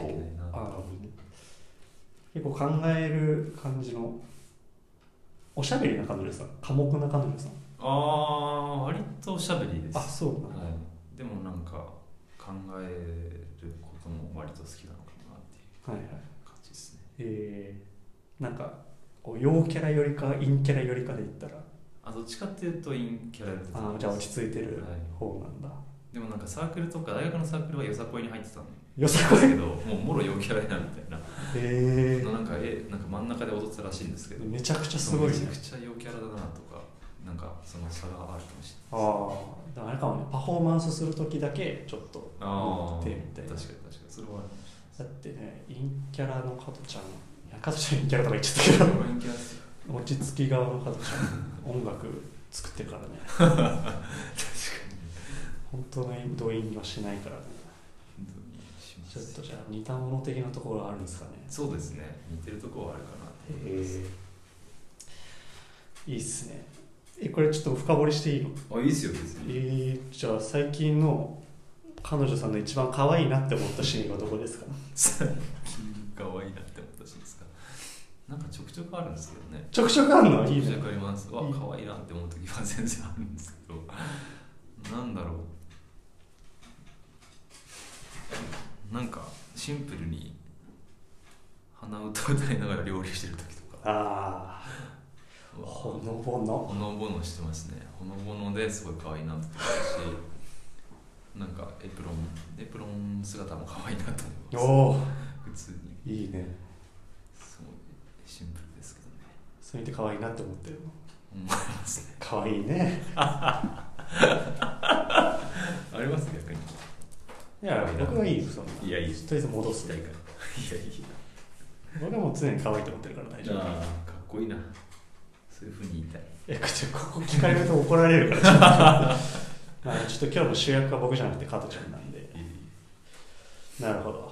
A: 構考える感じのおしゃべりな彼女さん、寡黙な彼女さん。
B: 割とおしゃべりです。
A: そうなんだ、
B: でもなんか考えることも割と好きなのかなっていう感じですね。
A: なんか陽キャラよりか陰キャラよりかで言ったら
B: どっちかっていうと陰キャラより
A: じゃあ落ち着いてる方なんだ、
B: でもなんかサークルとか大学のサークルはよさこいに入ってたん
A: よさこい
B: ですけどもろ陽キャラになるみたいななんか真ん中で踊ってたらしいんですけど
A: めちゃくちゃすごい、
B: めちゃくちゃ陽キャラだなとかなんかその差があるかもしれない
A: でもあれかもね、パフォーマンスする時だけちょっと持ってみたいな。
B: 確かにそれはあるかもしれない。
A: だってね、陰キャラの加トちゃん、加トちゃん陰キャラとか言っちゃったけど落ち着き側の加トちゃん音楽作ってるからね
B: 確かに
A: 本当の動員はしないからね。ちょっとじゃあ似たもの的なところがあるんですかね。
B: そうですね、似てるところはあるかなって思います。
A: いいっすね。これちょっと深掘りしていいの？
B: いいっすよ別に。
A: じゃあ最近の彼女さんの一番可愛いなって思ったシーンはどこですか？
B: 最近可愛いなって思ったシーンですか？なんかちょくちょくあるんですけどね。
A: ちょくちょくあるの？いいね。
B: ちょくちょくあります。可愛いなって思う時は全然あるんですけど、なんだろう、なんかシンプルに鼻歌歌いながら料理してる時とか。
A: ほのぼの
B: してますね。ほのぼのですごい可愛いなと思うし、なんかエプロン姿も可愛いなと思います。普通に。いいね。すごいシンプルですけどね。
A: それで可愛いなって思ってるの？
B: 思いますね。
A: 可愛いね。
B: あります逆に。
A: いや僕はいいよその。
B: いやいい。
A: とりあえず戻す。いや僕はもう常に可愛いと思ってるから大丈夫。
B: かっこいいな。そういうふうに言いたい。
A: ここ聞かれると怒られるからちょっと今日の主役は僕じゃなくて加トちゃんなんで。なるほど。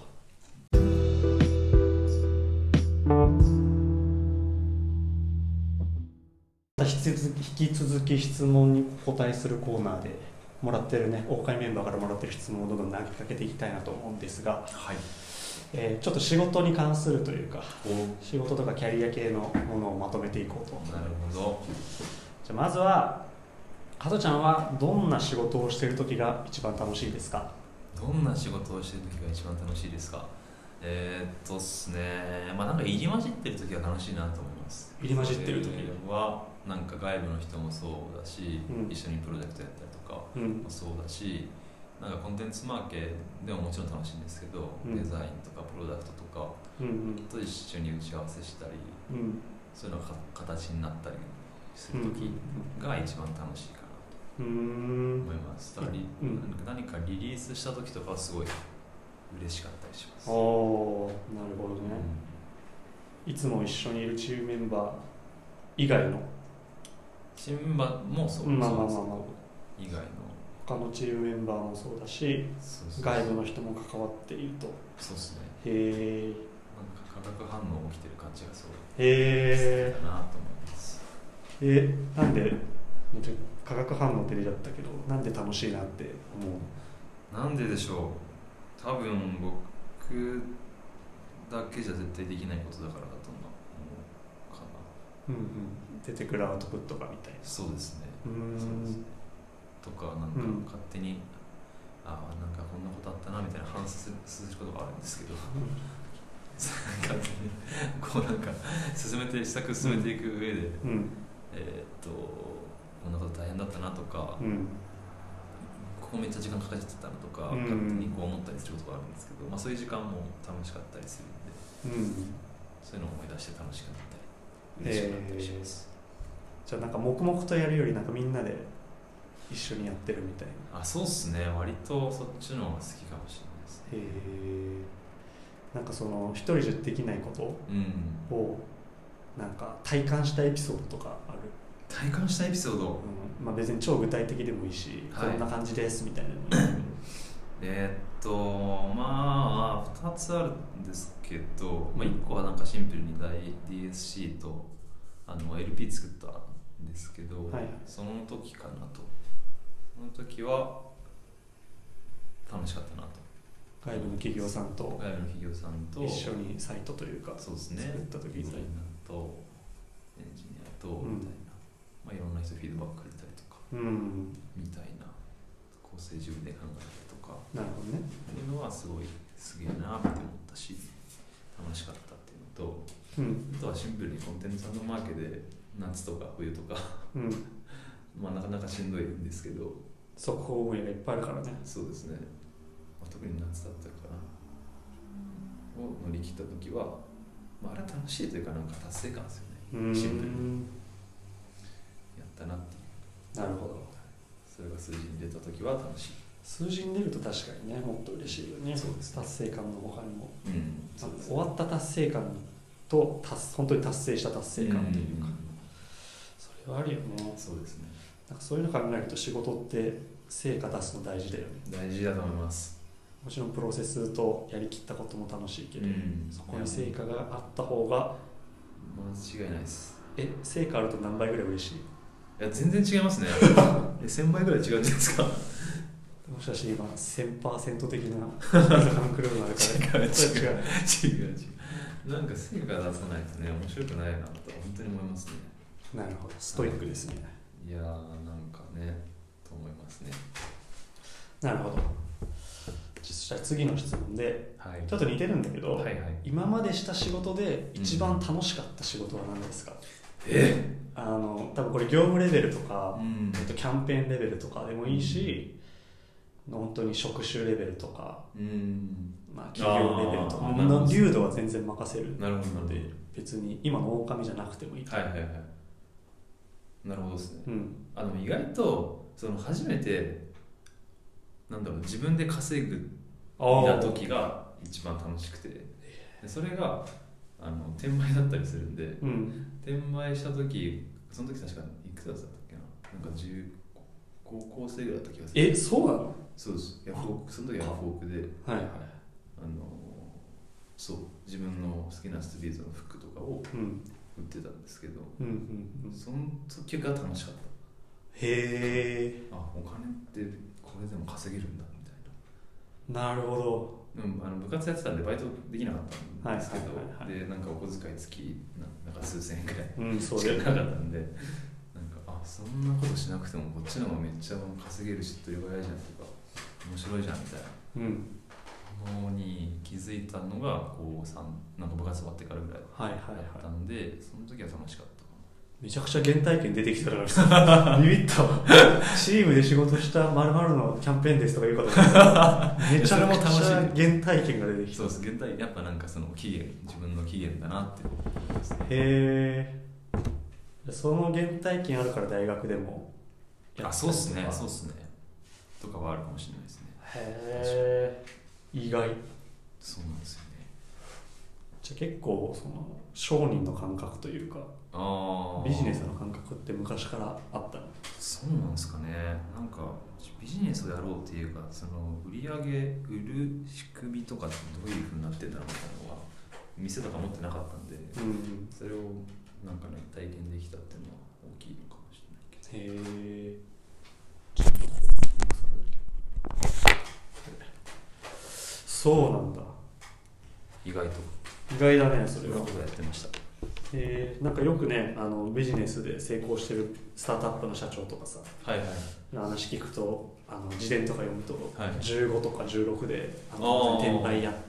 A: 引き続き質問にお答えするコーナーでもらってるね、オーカイメンバーからもらってる質問をどんどん投げかけていきたいなと思うんですが、ちょっと仕事に関するというか仕事とかキャリア系のものをまとめていこうと。
B: なるほど。
A: じゃあまずは加トちゃんはどんな仕事をしている時が一番楽しいですか？
B: どんな仕事をしている時が一番楽しいですか？っすね、なんか入り混じってる時は楽しいなと思います。
A: 入り混じってる時
B: はなんか外部の人もそうだし、一緒にプロジェクトやったりとかもそうだし、なんかコンテンツマーケでももちろん楽しいんですけど、デザインとかプロダクトとかと一緒に打ち合わせしたり、そういうのが形になったりする時が一番楽しいかなと思います。何かリリースした時とかはすごい嬉しかったりします。
A: なるほどね。いつも一緒にいるチームメンバー以外の
B: チームメンバーもそうです。以外の
A: 他のチームメンバーもそうだし、外部の人も関わっていると。
B: そうですね。
A: なん
B: か化学反応起きてる感じがすごい
A: 素敵だ
B: なと思います。
A: なんで化学反応って出ちゃったけど、なんで楽しいなって思う？
B: なんででしょ多分僕だけじゃ絶対できないことだからだと思うかな。
A: うんうん、出てくるアウトプットがみたいな。
B: そうですね。
A: うん
B: そうですね。とかなんか勝手に、なんかこんなことあったなみたいな反省することがあるんですけど、勝手にこうなんか施策進めていく上で、
A: うん、
B: こんなこと大変だったなとか、
A: うん、
B: ここめっちゃ時間かかっちゃったなとか、
A: うん、
B: 勝手にこう思ったりすることがあるんですけど、そういう時間も楽しかったりするんで、そういうのを思い出して楽しくなったり嬉しくなったりします。
A: じゃあなんか黙々とやるよりなんかみんなで一緒にやってるみたいな。
B: そうっすね。割とそっちの方が好きかもしれないですね。
A: なんかその一人じゃできないことをなんか体感したエピソードとかある？
B: 体感したエピソード、
A: 別に超具体的でもいいし、こんな感じですみたいなの
B: 2つあるんですけど、1個はなんかシンプルにDSC とLP 作ったんですけど、その時かなと。その時は楽しかったなと。
A: 外部の企業さんと一緒にサイトというか
B: そうですね、
A: 作った時に
B: デザイナーとエンジニアとみたいな、いろんな人フィードバックくれたりとか、みたいな構成自分で考えたりとか、
A: なるほどね、
B: っていうのはすごいすげえなって思ったし楽しかったっていうのと、あとはシンプルにコンテンツのマーケで夏とか冬とかなかなかしんどいんですけど、
A: 速報運営がいっぱいあるからね。
B: そうですね、特に夏だったかなを乗り切った時は、あれは楽しいというかなんか達成感ですよね。シンプルにやったなっていう。
A: なるほど。
B: それが数字に出た時は楽しい。
A: 数字に出ると確かにね、もっと嬉しいよね。
B: そうですね、
A: 達成感の他にも、
B: そうですね、
A: 終わった達成感と本当に達成した達成感というか、それはあるよね。
B: そうですね。
A: なんかそういうの考えると仕事って成果出すの大事だよね。
B: 大事だと思います。
A: もちろんプロセスとやりきったことも楽しいけど、そこに成果があった方が
B: 間違いないです。
A: 成果あると何倍ぐらい嬉しい？
B: いや全然違いますね。1000倍ぐらい違うんじゃないですか。
A: もしかして今 1000% 的なファンクルームあるから
B: 違うなんか成果出さないとね面白くないなと本当に思いますね。
A: なるほど、ストイックですね。
B: いやーなんかねと思いますね。
A: なるほど。そしたら次の質問で、ちょっと似てるんだけど、今までした仕事で一番楽しかった仕事は何ですか？多分これ業務レベルとか、キャンペーンレベルとかでもいいし、本当に職種レベルとか、企業レベルとか、流度は全然任せるので、別に今の狼じゃなくてもいい。
B: なるほどですね。意外とその初めて自分で稼ぐみた時が一番楽しくて、それが転売だったりするんで、転売した時、その時確かいくつだったっけな、なんか高校生ぐらいだった気がする。
A: そうなの？
B: そうです。その時はヤフオクで、そう自分の好きなストリートの服とかを売ってたんですけど、その時が楽しかった。お金ってこれでも稼げるんだみたいな。
A: なるほど。
B: 部活やってたんでバイトできなかったんですけど、でなんかお小遣い付なんか数千円くらいしかなかったんで、そんなことしなくてもこっちの方がめっちゃ稼げるしっとり早いじゃんとか面白いじゃんみたいなのに気づいたのが高3なんか部活終わってからぐらいだったんで、その時は楽しかった。
A: めちゃくちゃ原体験出てきたからビビったわ。チームで仕事した〇〇のキャンペーンですとかいうことめちゃくちゃ原体験が出てきた。
B: そうです、原体験やっぱなんかその自分の起源だなって思いますね。
A: その原体験あるから大学でも
B: そうっすねとかはあるかもしれないですね。
A: 意外。
B: そうなんですよね。
A: じゃあ結構その商人の感覚というかビジネスの感覚って昔からあったの？
B: そうなんですかね。なんかビジネスをやろうっていうか、その売る仕組みとかってどういう風になってんだろうみたいなのは店とか持ってなかったんで、それをなんかね体験できたっていうのは大きいのかもしれないけど。
A: そうなんだ。
B: 意外と
A: 意外だねそれは。
B: そんなことやってました。
A: なんかよくねビジネスで成功してるスタートアップの社長とかさ、
B: はいはい。
A: 話聞くと自伝とか読むと、
B: はい
A: 15とか16で転売やって、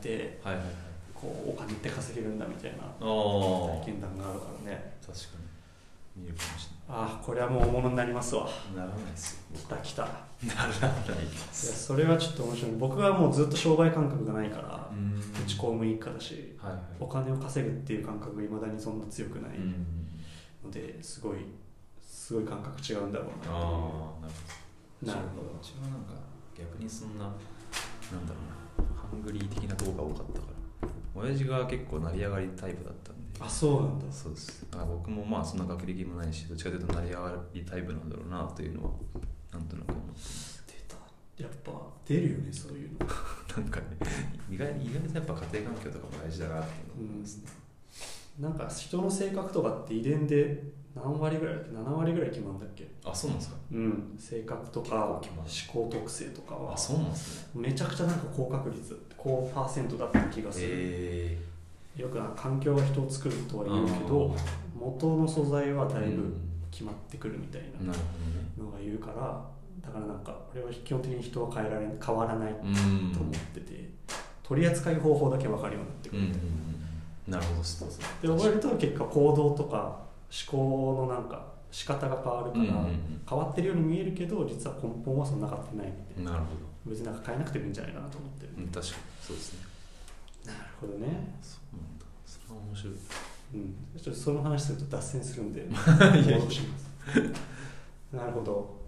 B: はいはいはい。
A: こうお金って稼げるんだみたいな
B: 体
A: 体験談があるからね。
B: 確かに見るかもしれ
A: ああこれはもう大物になりますわ。
B: ない。ならないですよ。
A: 来た。
B: ならないで
A: いや
B: す。
A: それはちょっと面白い。僕はもうずっと商売感覚がないから、
B: うん
A: うち公務員一家だし、
B: はいはい。
A: お金を稼ぐっていう感覚がいまだにそんな強くないので、すごい感覚違うんだろうなっていう。
B: ああなるほど。
A: なるほど。
B: うちはなんか逆にそんななんだろうなハングリー的なとこが多かったから親父が結構成り上がりタイプだったんで。
A: あそうなんだ。
B: そうです。僕もまあそんな学歴もないしどっちかというと成り上がりタイプなんだろうなというのはなんとなく思ってます。
A: 出た。やっぱ出るよねそういうの。
B: なんかね意外とやっぱ家庭環境とかも大事だなっていうのを思いますね。
A: なんか人の性格とかって遺伝で何割ぐらいだっけ、7割ぐらい決まるんだっけ。
B: あそうなんですか。
A: 性格とか思考特性とかは
B: そうなんですね。
A: めちゃくちゃなんか高確率高パーセントだった気がする。よく環境が人を作るとは言うけど元の素材はだいぶ決まってくるみたいなのが言うから、だからなんか俺は基本的に人は変わらないと思ってて、取り扱い方法だけ分かるようになってくるみたいな。
B: なるほど。そう
A: で覚えると結果行動とか思考のなんか仕方が変わるから、変わってるように見えるけど実は根本はそんな変わってないみたいな。
B: なるほど。
A: 別になんか変えなくてもいいんじゃないかなと思ってる。
B: 確かにそうですね。
A: なるほどね。
B: そうなんだ。それは面白い。
A: ちょっとその話すると脱線するんで戻しますなるほど。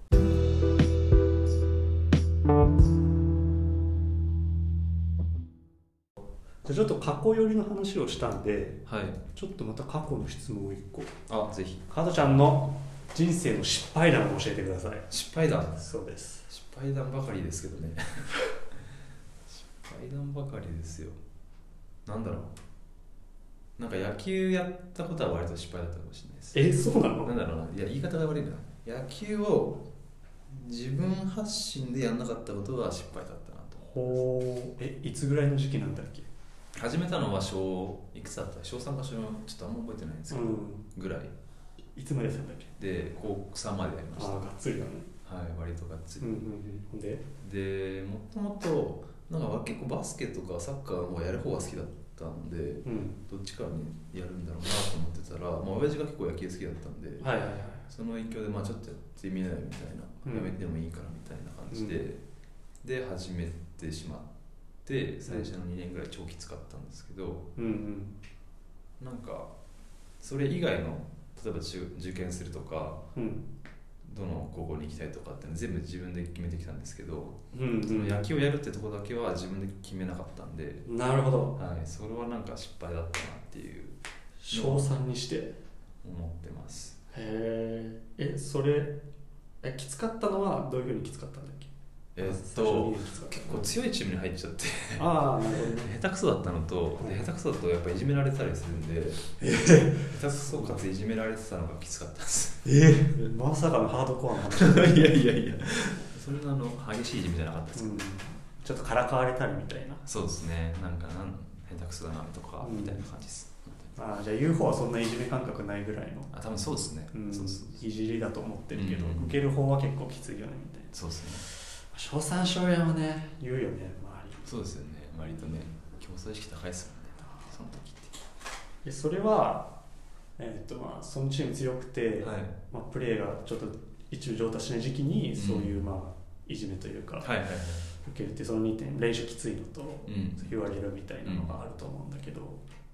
A: じゃあちょっと過去寄りの話をしたんで、
B: はい、
A: ちょっとまた過去の質問を1個。
B: ぜひ。
A: 加藤ちゃんの人生の失敗談を教えてください。
B: 失敗談。
A: そうです。
B: 失敗談ばかりですけどね失敗談ばかりですよ。なんだろう、なんか野球やったことは割と失敗だったかもしれないです。
A: そうなの？
B: なんだろうな、いや言い方が悪いな。野球を自分発信でやんなかったことは失敗だったなと。
A: ほう。いつぐらいの時期なんだっけ？
B: 始めたのは小いくつだった？小3か小4、ちょっとあんま覚えてないんですけど、ぐらい。
A: いつまでやったんだっけ？で
B: 高3までやりました。
A: がっつりだね。
B: はい、割とがっつり。
A: で
B: もともとなんか結構バスケとかサッカーもやる方が好きだったんで、どっちかにやるんだろうなと思ってたら、親父が結構野球好きだったんで、その影響でちょっとやってみないみたいな、やめてもいいからみたいな感じで、で始めてしまって最初の2年ぐらい超きつかったんですけど、なんかそれ以外の例えば受験するとか、どの高校に行きたいとかって全部自分で決めてきたんですけど、その野球をやるってとこだけは自分で決めなかったんで。
A: なるほど。
B: はい、それはなんか失敗だったなっていう
A: 小3にして
B: 思ってます。
A: へえ。それきつかったのはどういうふうにきつかったんだっけ？
B: 結構強いチームに入っちゃって
A: なるほどね。
B: 下手くそだったのと、下手くそだとやっぱいじめられたりするんで、下手くそかついじめられてたのがきつかったです。
A: まさかのハードコアな話
B: いやそんな激しいいじめじゃなかったですけど、
A: ちょっとからかわれたりみたいな。
B: そうですね。なんか下手くそだなとかみたいな感じです。
A: じゃあ UFO はそんないじめ感覚ないぐらいの。
B: 多分そうですね。
A: いじりだと思ってるけど、受ける方は結構きついよねみたいな。
B: そうですね。
A: 小3小4はね言うよね周り。
B: そうですよね。割とね競争意識高いですもんね。その時って。
A: それはそのチーム強くて、プレーがちょっと一部上達しない時期にそういういじめというか、受けるってその2点練習きついのと言われるみたいなのがあると思うんだけど、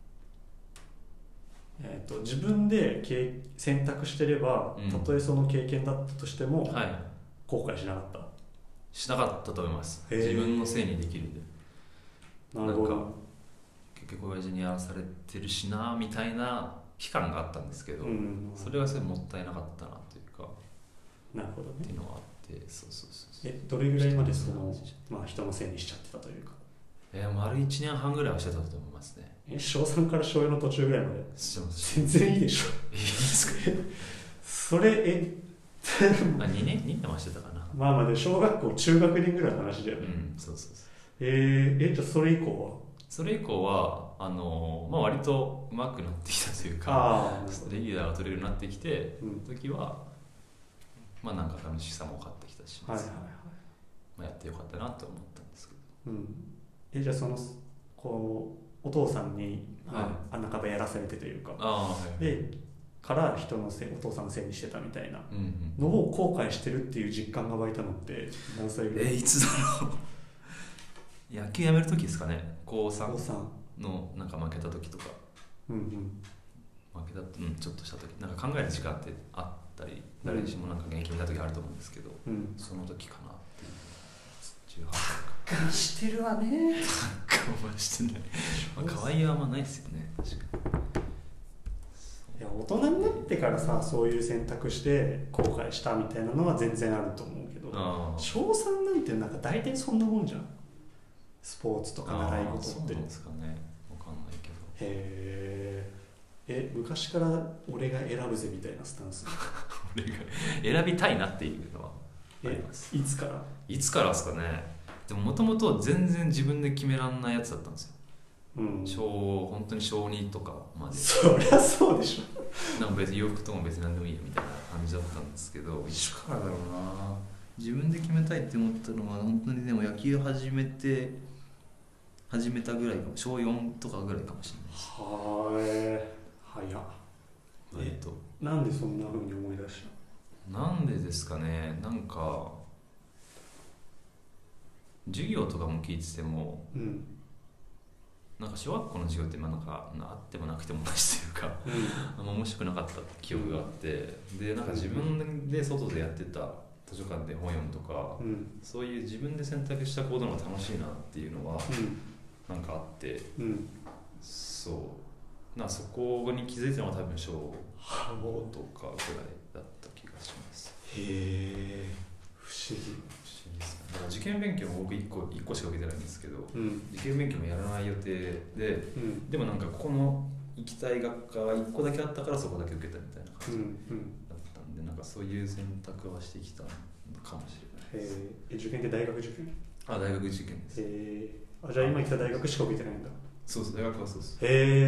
A: 自分で選択してれば、たとえその経験だったとしても、後悔しなかった？
B: しなかったと思います。自分のせいにできるんで。
A: なるほど。
B: 結局親父にやらされてるしなみたいな期間があったんですけど、それはもったいなかったなというか。
A: なるほどね。
B: っていうのがあって、
A: どれぐらいまで人のせいにしちゃってたというか。
B: 丸1年半ぐらいはしてたと思いますね。
A: 小3から小4の途中ぐらいまで。全然いいでしょ。
B: いいですか？
A: それ
B: 2年はしてたかな。
A: で小学校中学年ぐらいの話だよね。 じゃあそれ以降
B: は割と上手くなってきたというか
A: は
B: レギュラーが取れるようになってきて、
A: うん
B: 時はなんか楽しさも分かってきたし、
A: はいはいはい
B: やってよかったなと思ったんですけど。
A: じゃあこうお父さんに、
B: はい
A: 半ばやらされてというか
B: はい
A: でから人のせいお父さんのせいにしてたみたいな
B: うん
A: のを後悔してるっていう実感が湧いたのって何歳ぐらい？
B: いつだろう野球やめる時ですかね。高
A: お父
B: 3
A: さん
B: のなんか負けた時とか負けたちょっとした時なんか考える時間ってあったり誰しもなんか現役見た時あると思うんですけど、その時かなっていう18歳か
A: してるわね。
B: 我慢してない可愛いはあんまないですよね確か
A: いや大人になってからさそういう選択して後悔したみたいなのは全然あると思うけど小3なんてなんか大体そんなもんじゃん。スポーツとか習い事って。
B: そうなんですかねわかんないけど。
A: 昔から俺が選ぶぜみたいなスタンス？
B: 俺が選びたいなっていうのはあります。
A: いつから
B: ですかね。でももともと全然自分で決めらんないやつだったんですよ。本当に小2とかまで。
A: そりゃそうでしょ。
B: なんか別に洋服とかも別に何でもいいよみたいな感じだったんですけど、いつからだろうな。自分で決めたいって思ったのは本当にでも野球始めたぐらいかも。小4とかぐらいかもしれないです。
A: 早っ。なんでそんな風に思い出した？
B: なんでですかね。なんか授業とかも聞いてても、なんか小学校の授業ってなんかあってもなくてもないしというか、あんま面白くなかった記憶があって、でなんか自分で外でやってた図書館で本読むとか、そういう自分で選択した行動の方が楽しいなっていうのはなんかあって、そこに気づいたのは多分小5とかぐらいだった気がします。
A: へえ、不思議
B: ですね。だから受験勉強も僕1個しか受けてないんですけど、受験勉強もやらない予定で、でもなんかここの行きたい学科が1個だけあったからそこだけ受けたみたいな感じだったんで、なんかそういう選択はしてきたのかもしれないです。
A: 受験って大学受験？
B: 大学受験です。
A: じゃあ今来た大学しか受けてないんだ。
B: そうです、大学はそうです。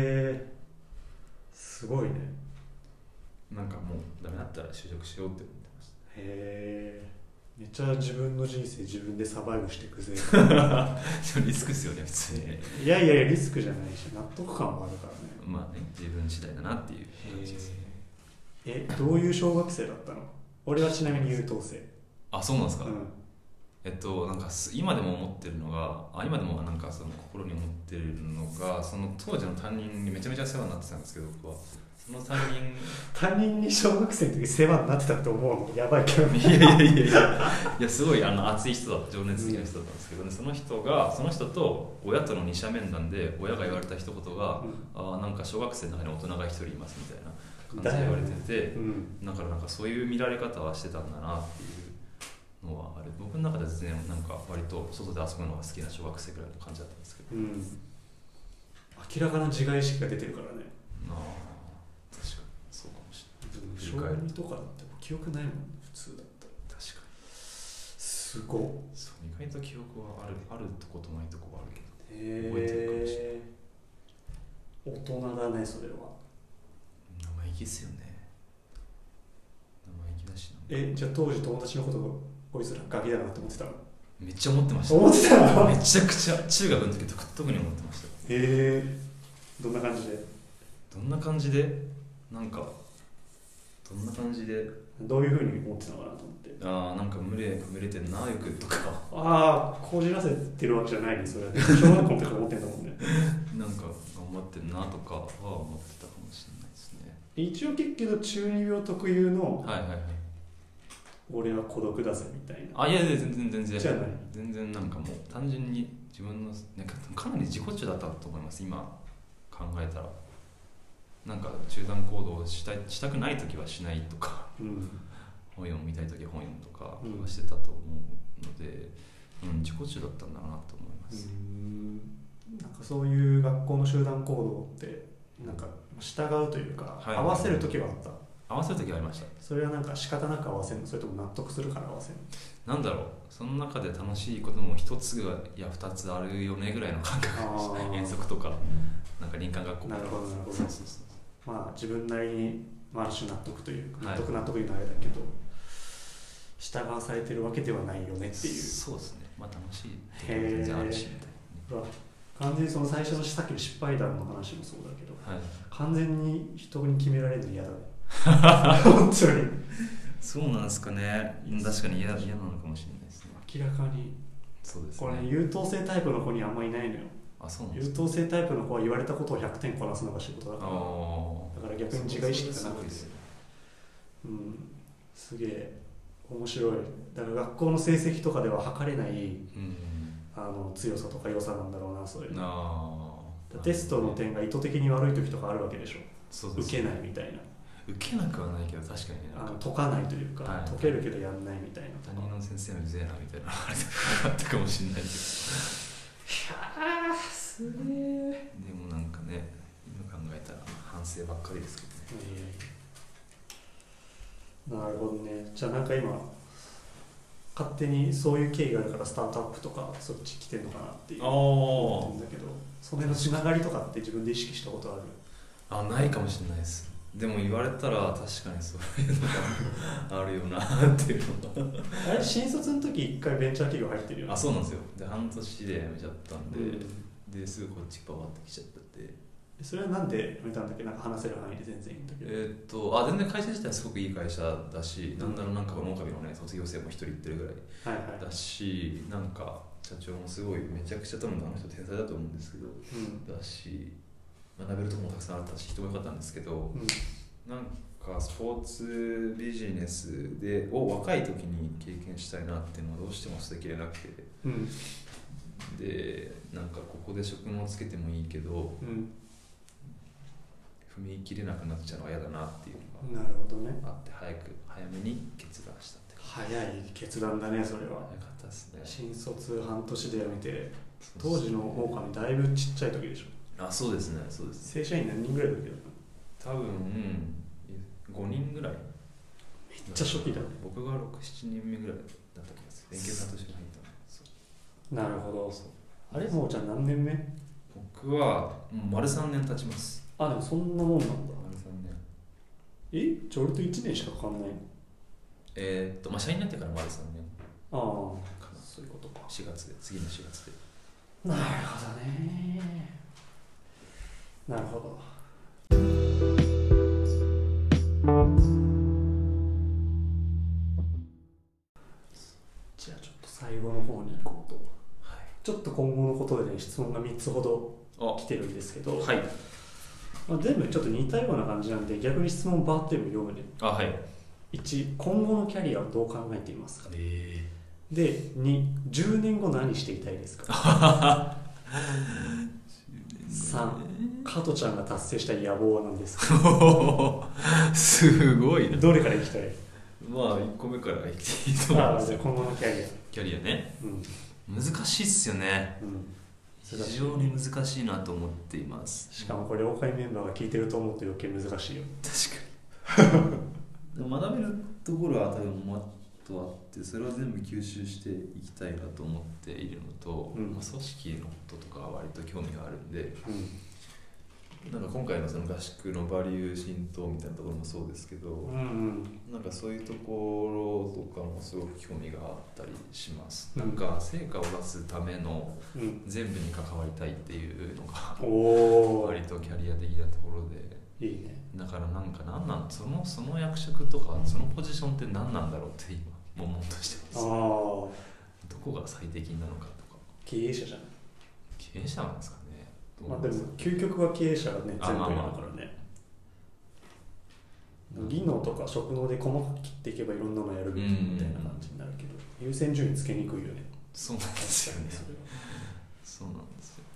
A: すごいね。
B: なんかもうダメだったら就職しようって思ってました。
A: めっちゃ自分の人生自分でサバイブしていくぜ。
B: リスクですよね普通に。
A: いやリスクじゃないし納得感もあるからね。
B: 自分次第だなっていう感じですね。
A: どういう小学生だったの？俺はちなみに優等生。
B: そうなんですか。なんか今でも思ってるのが今でもなんかその心に思ってるのが、その当時の担任にめちゃめちゃ世話になってたんですけど、僕はその担任に
A: 小学生の時世話になってたって思うのやばいけどね。
B: いやすごい熱い人だった、情熱的な人だったんですけどね、その人と親との二者面談で親が言われた一言が、なんか小学生の中に大人が一人いますみたいな感じで言われてて、だからなんかそういう見られ方はしてたんだなっていうのはある。僕の中では全然なんか割と外で遊ぶのが好きな小学生ぐらいの感じだったんですけど、
A: 明らかな自我意識が出てるからね。
B: 確かにそうかもしれ
A: ない。小2とかだって記憶ないもん普通だったら。
B: 確かに
A: すごっ。
B: 意外と記憶はあるとことないとこはあるけど、覚えてるかもしれない。
A: 大人だねそれは。
B: 生意気っすよね。生意気だし
A: な。じゃあ当時友達のことこいつらガキだなって思ってたの？
B: めっちゃ思ってました。
A: 思ってたの？
B: めちゃくちゃ中学の時特に思ってました。
A: どんな感じで
B: なんかどんな感じで
A: どういうふうに思ってたのかなと思って。
B: なんか群れてんなよくとか。
A: こじらせてるわけじゃないねそれは。小学校の時思ってんだもんね。
B: なんか頑張ってんなとかは思ってたかもしれないですね。
A: 一応結局中二病特有の俺は孤独だぜみたいな。
B: いや全然
A: じゃない。
B: 全然なんかもう単純に自分のなんかなり自己中だったと思います。今考えたらなんか中断行動をしたくない時はしないとか、本読みたい時は本読むとかはしてたと思うので、自己中だったんだなと思います。
A: なんかそういう学校の集団行動ってなんか従うというか、合わせる時はあった？
B: 合わせる時はありました。
A: それはなんか仕方なく合わせるの、それとも納得するから合わせるの？
B: なんだろう、その中で楽しいことも一つや二つあるよねぐらいの感覚でした。遠足とかなんか林間学校とか。
A: なるほどなるほど。
B: そうそうそう。
A: まあ自分なりにある種納得というか、
B: はい、
A: 納得いうのはあれだけど従わされてるわけではないよねっていう。
B: そうですね。まあ楽しいっていう全然あるしみたいな。
A: 完全にその最初のさっきの失敗談の話もそうだけど、
B: はい、
A: 完全に人に決められるの嫌だね本当に
B: そうなんですかね。確かに嫌なのかもしれないですね。
A: 明らかに
B: そうですね。
A: これ優等生タイプの子にあんまいないのよ。
B: あ、そうなんですか。
A: 優等生タイプの子は言われたことを100点こなすのが仕事だから、だから逆に自我意識がなくて、うん、すげえ面白い。だから学校の成績とかでは測れない、強さとか良さなんだろうな、そういうの。テストの点が意図的に悪い時とかあるわけでしょ。
B: そうです。
A: 受けないみたいな。
B: 受けなくはないけど、確かにね、
A: 解かないというか、
B: はい、
A: 解けるけどやんないみたいな。
B: 担任の先生のうぜえなみたいなあれあったかもしれないけど。
A: いやーすげえ。
B: でもなんかね、今考えたら反省ばっかりですけど
A: ね。なるほどね。じゃあなんか今勝手にそういう経緯があるからスタートアップとかそっち来てんのかなっていう思ってるんだけど、その辺のつながりとかって自分で意識したことある？
B: ないかもしれないです。でも言われたら確かにそういうのがあるよなっていうのが
A: あれ新卒の時一回ベンチャー企業入ってるよね。
B: あ、そうなんですよ。で半年で辞めちゃったんで、ですぐこっちパワーってきちゃったって。
A: それはなんで辞めたんだっけ？なんか話せる範囲で全然いいんだけ
B: ど。全然会社自体はすごくいい会社だし、なんだろう、なんか農家のね卒業生も一人いってるぐらいだし、なんか社長もすごいめちゃくちゃ多分あの人天才だと思うんですけど、だし学べるところもたくさんあったし人も良かったんですけど、なんかスポーツビジネスを若い時に経験したいなっていうのはどうしても捨てきれなくて、でなんかここで職能つけてもいいけど、踏み切れなくなっちゃうのは嫌だなっていうのがあって、早めに決断したって
A: 早い決断だね。それは
B: 早かったですね。
A: 新卒半年で辞めて、当時の狼だいぶちっちゃい時でしょ。
B: あ、そうですね、そうです。
A: 正社員何人ぐらいだっけ？
B: 多分、5人ぐらい。めっ
A: ちゃ初期だね。
B: 僕が6、7人目ぐらいだった気がする。連携さんと一緒に入った
A: の。なるほど。あれもうじゃあ何年目？
B: 僕は丸3年経ちます。
A: あ、でもそんなもんなんだ。
B: 丸3年。
A: じゃあ俺と1年しかかかんないの？
B: まあ社員になってから丸3年。
A: ああ、そういうことか。
B: 4月で、次の4月で。
A: なるほどね。なるほど。じゃあちょっと最後の方に行こうと、ちょっと今後のことでね、質問が3つほど来てるんですけど、全部ちょっと似たような感じなんで、逆に質問バーって読むね。1、今後のキャリアをどう考えていますか？で、2、10年後何していたいですか？3、加トちゃんが達成したい野望は何ですか？
B: すごいな。
A: どれからいきたい？
B: まあ1個目からいっていいと思いますよ。
A: 今後のキャリア。
B: キャリアね。難しいっすよね。非常に難しいなと思っています。
A: しかもこれ、オーカイメンバーが聞いてると思うと余計難しいよ。
B: 確かに。学べるところは多分もっとあって、それを全部吸収していきたいなと思っているのと、組織のこととかは割と興味があるんで、なんか今回のその合宿のバリュー浸透みたいなところもそうですけど、なんかそういうところとかもすごく興味があったりします。なんか成果を出すための全部に関わりたいっていうのが割とキャリア的なところで、
A: いいね。
B: だからなんかその役職とかそのポジションって何なんだろうって今悶々としてます。どこが最適なのかとか。
A: 経営者じゃない？
B: 経営者なんですかね。
A: でも究極は経営者がね、全部やるからね。技能とか職能で細かく切っていけばいろんなのやるみたいな感じになるけど、優先順位つけにくいよね。
B: そうなんですよね。そうなんですよ。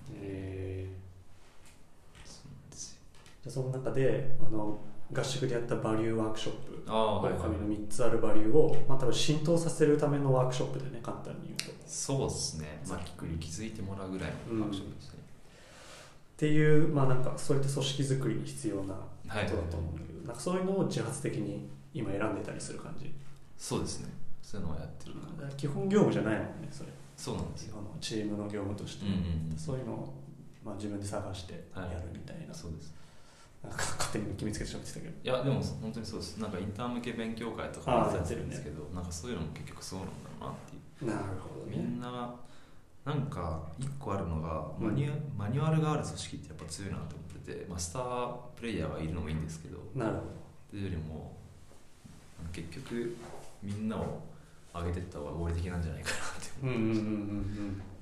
A: じゃあその中で合宿でやったバリューワークショップ、狼の3つあるバリューを、多分浸透させるためのワークショップでね、簡単に言うと。
B: そうですね。気づいてもらうぐらいのワークショップですね。
A: っていう、なんかそういった組織づくりに必要なことだと思うんだけど、 なんかそういうのを自発的に今選んでたりする感じ。
B: そうですね、そういうのはやってるかな。
A: 基本業務じゃないもんねそれ。
B: そうなんですよ。
A: チームの業務として、そういうのを、自分で探してやるみたいな、
B: そうです。
A: なんか勝手に決めつけてしまってたけど、
B: いやでも本当にそうです。なんかインターン向け勉強会とかやってるんですけど、なんかそういうのも結局そうなんだろうなっていう。
A: なるほどね。
B: みんななんか一個あるのがマニュアルがある組織ってやっぱ強いなと思ってて、スタープレイヤーがいるのもいいんですけど、
A: なるほど。
B: というよりも結局みんなを上げていった方が合理的なんじゃないかなって思ってました。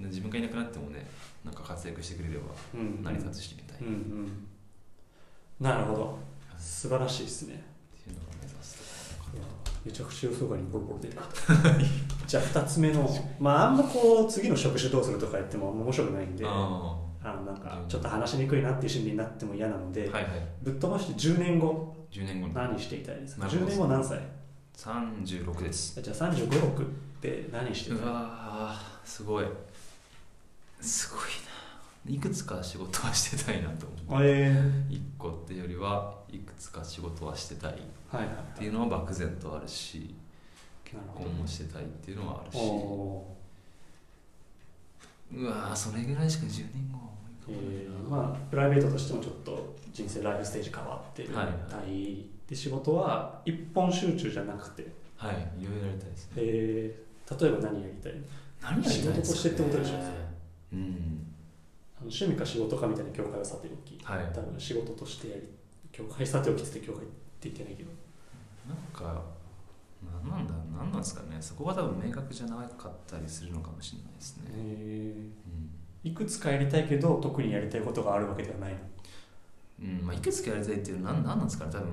B: 自分がいなくなってもね、なんか活躍してくれれば成り立つしみたいな。
A: なるほど、素晴らしいですね。
B: っていうのを目指すとか。
A: めちゃくちゃ予想外にボロボロ出てきた。じゃあ2つ目の、あんまこう次の職種どうするとか言っても面白くないんで、なんかちょっと話しにくいなっていう心理になっても嫌なので、ぶっ飛ばして10年後何していたいですか。10年後何歳
B: ？36です。
A: じゃあ35、6って何してたい？
B: うわー、すごいな。いくつか仕事はしてたいなと思う。1個っていうよりはいくつか仕事はしてたいっていうのは漠然とあるし、結婚もしてたいっていうのはあるし、うわー、それぐらいしか10年後は思い浮かばないな。
A: プライベートとしてもちょっと人生ライフステージ変わってるみたいで、仕事は一本集中じゃなくて、
B: いろいろやりたいですね。
A: 例えば何やりたい？
B: 仕
A: 事としてってことでしょ。趣味か仕事かみたいな境界はさておき、多分仕事として境界さておきって境界って言ってないけど、
B: なんか何なんですかね。そこが多分明確じゃなかったりするのかもしれないですね。
A: いくつかやりたいけど特にやりたいことがあるわけではないの。
B: いくつかやりたいっていうのは何なんですかね。多分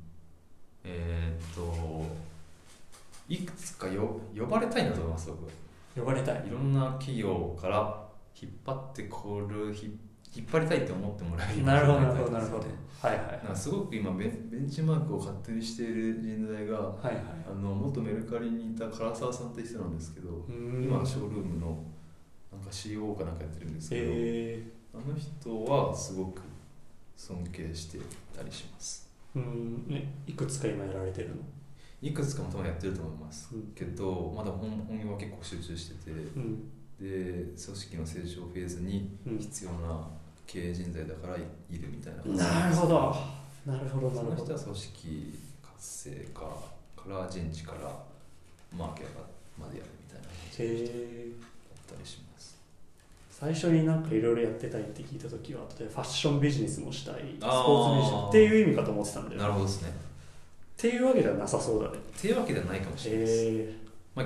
B: いくつか呼ばれたいんだと思います。僕
A: 呼ばれたい。
B: いろんな企業から引っ張りたいって思ってもらえる。
A: なるほどなるほどなるほど。
B: すごく今ベンチマークを勝手にしている人材が、元メルカリにいた唐沢さんって人なんですけど、今ショールームのなんか CEO かなんかやってるんですけど、あの人はすごく尊敬してたりします。
A: いくつか今やられてるの？
B: いくつかも多分やってると思います、けどまだ本業は結構集中してて、で組織の成長フェーズに必要な経営人材だからいるみたいな。
A: なるほどなるほど。
B: その人は組織活性化から人事からマーケターまでやるみたいな感じでやったりします。
A: 最初になんかいろいろやってたいって聞いたときは、例えばファッションビジネスもしたい、スポーツビジネスっていう意味かと思ってたんで。
B: なるほどですね。
A: っていうわけではなさそうだね。
B: っていうわけではないかもしれないです。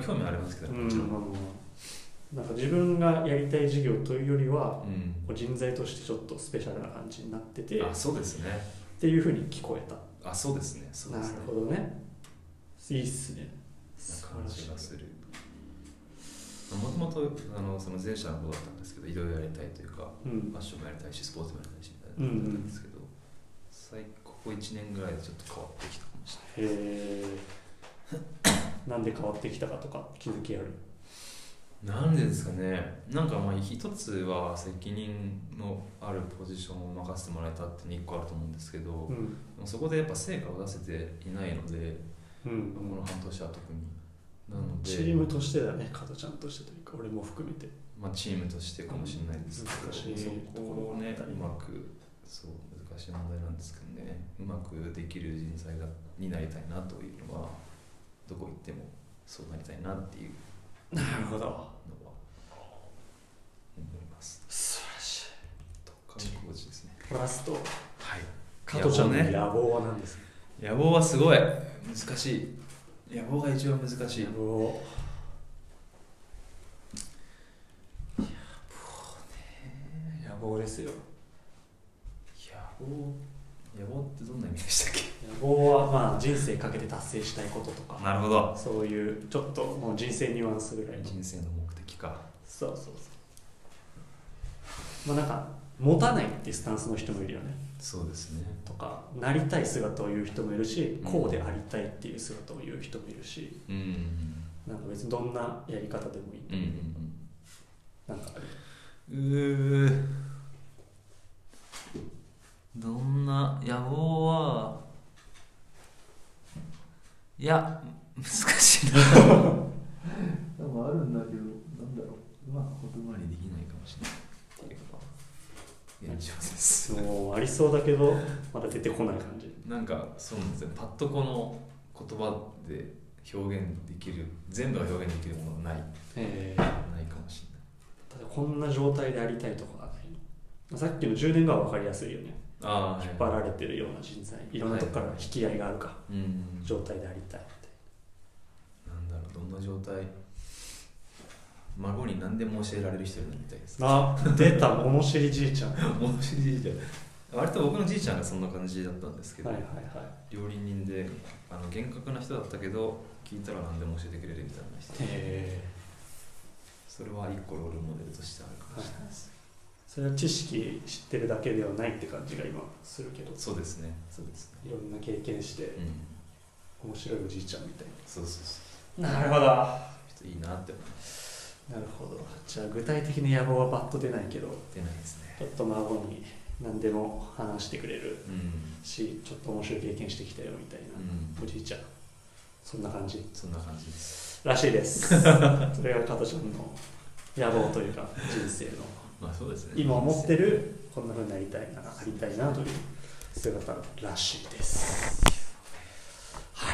B: 興味ありますけど、もちろん。
A: なんか自分がやりたい事業というよりは、人材としてちょっとスペシャルな感じになってて、
B: そうですね。
A: っていうふうに聞こえた。
B: そうですね。
A: なるほどね。いいっすね。
B: 感じがする。もともとその前者の方だったんですけど、いろいろやりたいというか、ファッションもやりたいしスポーツもやりたいしみたいな感じなんですけど、ここ1年ぐらいでちょっと変わってきたかもしれない。
A: なんで変わってきたかとか気づきある？
B: なんでですかね。なんか一つは責任のあるポジションを任せてもらえたって1個あると思うんですけど、そこでやっぱ成果を出せていないので、この半年は特に。なので
A: チームとしてだね、加トちゃんとしてというか俺も含めて、
B: チームとしてかもしれないですけど、そこをねうまく難しい問題なんですけどね、うまくできる人材になりたいなというのはどこ行ってもそうなりたいなっていう。
A: なるほど。のは
B: 思います。
A: 素晴らしい。
B: 観光地ですね。
A: ラスト。加
B: 加
A: トちゃんの野望は何ですか？
B: 野望はすごい難しい。野望が一番難しい。野
A: 望ですよ。
B: 野望ってどんな意味でしたっけ？
A: 野望は人生かけて達成したいこととか。
B: なるほど。
A: そういうちょっともう人生ニュアンスぐらいの。
B: 人生の目的か。
A: そう。なんか持たないっていうスタンスの人もいるよね。
B: そうですね。
A: とかなりたい姿を言う人もいるし、こうでありたいっていう姿を言う人もいるし、なんか別にどんなやり方でもいい。なんかある。
B: どんな野望はや難しいな
C: 多分あるんだけど、なんだろう、まあ
B: 言葉にできないかもしれないっていうか現状です
A: もうありそうだけどまだ出てこない感じ。
B: なんかそうなんですよ、パッとこの言葉で表現できる、全部が表現できるものがない、ないかもしれない。
A: ただこんな状態でありたいとかはないの。さっきの10年後は分かりやすいよね。
B: あ、
A: 引っ張られてるような人材、いろんなとこから引き合いがあるか、状態でありたいって。
B: なんだろう、どんな状態。孫に何でも教えられる人いるみたいです。
A: あ、出た、物知りじいちゃん。
B: 物知りじいちゃん。割と僕のじいちゃんがそんな感じだったんですけど、
A: はいはいはい、
B: 料理人で厳格な人だったけど聞いたら何でも教えてくれるみたいな人。それは一個ロールモデルとしてあるかもしれないです。
A: それは知識知ってるだけではないって感じが今するけど。
B: そうですね、そうですね。
A: いろんな経験して、面白いおじいちゃんみたいな。
B: そうそうそう。
A: なるほど。
B: いいなって思います。
A: なるほど。じゃあ具体的に野望はバッと出ないけど、
B: 出ないですね。
A: ちょっと孫に何でも話してくれるし、ちょっと面白い経験してきたよみたいな、おじいちゃん。そんな感じ。
B: そんな感じです。
A: らしいです。それが加藤ちゃんの野望というか人生の。
B: まあそうですね。
A: 今思ってるこんな風になりたいな、ありたいなという姿らしいです。はい。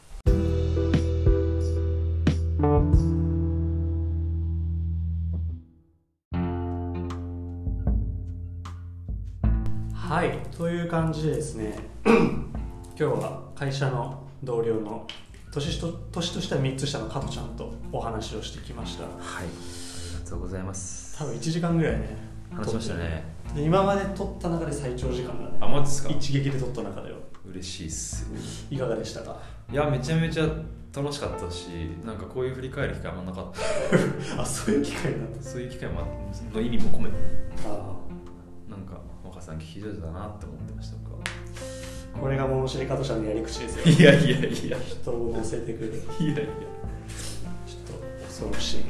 A: はい、という感じでですね。今日は会社の同僚の年としては3つ下の加藤ちゃんとお話をしてきました。
B: はい。ありがとうございます。
A: 多分1時間ぐらいね。
B: 話しましたね。
A: で今まで撮った中で最長時間だね。
B: あ、マジですか。
A: 一撃で撮った中では。
B: 嬉しいっす。
A: いかがでしたか。
B: いや、めちゃめちゃ楽しかったし、なんかこういう振り返る機会あんまなかった
A: あ、そういう機会なんだ。
B: そういう機会もの意味も込めて、
A: あ、
B: なんか若さん聞き上手だなって思ってました僕は。
A: これが物知り加藤者のやり口ですよ。
B: いやいやいや、
A: 人を乗せてくる。
B: いやいや、
A: ちょっと恐ろしい。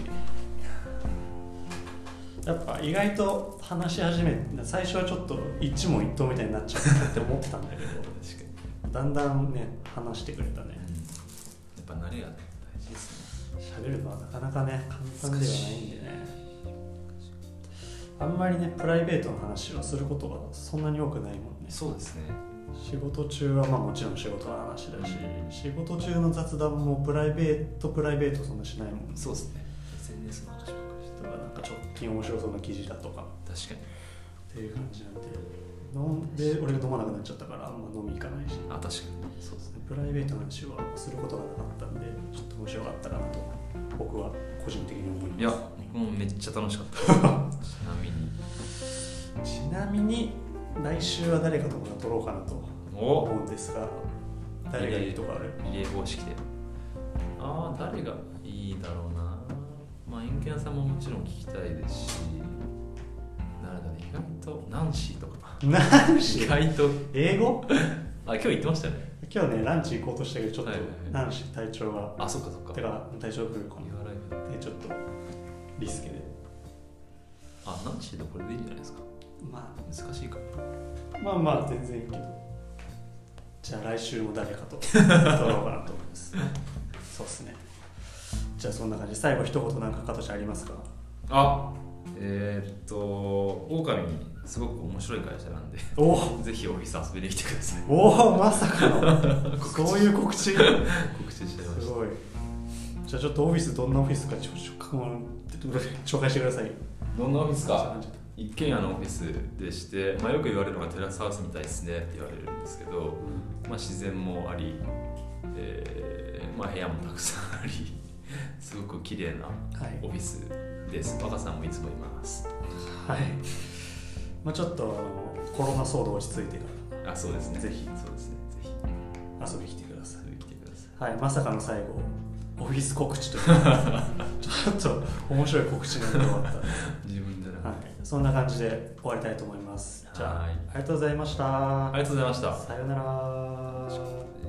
A: やっぱ意外と話し始め、最初はちょっと一問一答みたいになっちゃったって思ってたんだけど
B: 確かに
A: だんだんね話してくれたね。
B: やっぱ慣れがね大事ですね。
A: 喋るのはなかなかね簡単ではないんでね。あんまりねプライベートの話をすることがそんなに多くないもんね。
B: そうですね。
A: 仕事中はまあもちろん仕事の話だし、仕事中の雑談もプライベートそんなしないもんね。
B: そうですね。SNS の話ばっかりして
A: だからなんか直近面白そうな記事だとか
B: 確かに
A: っていう感じなんで、飲んで俺が飲まなくなっちゃったからあんま飲み行かないし。
B: あ、確かにそうですね。
A: プライベートの話はすることがなかったんでちょっと面白かったなと僕は個人的に思います。
B: いや僕もめっちゃ楽しかった
A: ちなみに来週は誰かと撮ろうかなと思うんですが、誰がいいとかある？
B: リレー方式で。ああ、誰がいいだろうな。まあ、エンケンさんももちろん聞きたいですし、誰だね、意外とナンシーとか。
A: ナンシー？
B: 意外と。
A: 英語？
B: あ、今日言ってましたよね。
A: 今日ね、ランチ行こうとしたけど、ちょっと、
B: はいはいはい、
A: ナンシー体調が。
B: あ、そっかそっか。
A: てか、体調来るかな。で、ちょっと、リスケで。
B: あ、ナンシーとこれでいいんじゃないですか。
A: まあ、
B: 難しいか。
A: まあまあ、全然いいけど。じゃあ来週も誰かと撮ろうかなと思います。そうっすね。じゃあそんな感じで最後一言なんか加藤ちゃんありますか？
B: あ、狼すごく面白い会社なんでぜひオフィス遊びに来てください。
A: おお、まさかのそういう告知
B: 告知しちゃいました。
A: すごい。じゃあちょっとオフィスどんなオフィスか紹介してください。
B: どんなオフィスか。一軒家のオフィスでして、まあ、よく言われるのがテラスハウスみたいですねって言われるんですけど、まあ、自然もあり、まあ、部屋もたくさんありすごく綺麗なオフィスです。若さんもいつもいます。
A: はい。まあ、ちょっとコロナ騒動落ち着いてから。
B: あ、そうですね。
A: ぜひ
B: そうですね。ぜひ
A: 遊びに来てください。
B: 遊びに来てください。
A: はい。まさかの最後オフィス告知というちょっと面白い告知が終わった。
B: 自分でね。
A: はい。そんな感じで終わりたいと思います。じゃあ、ありがとうございました。
B: ありがとうございました。
A: さようなら。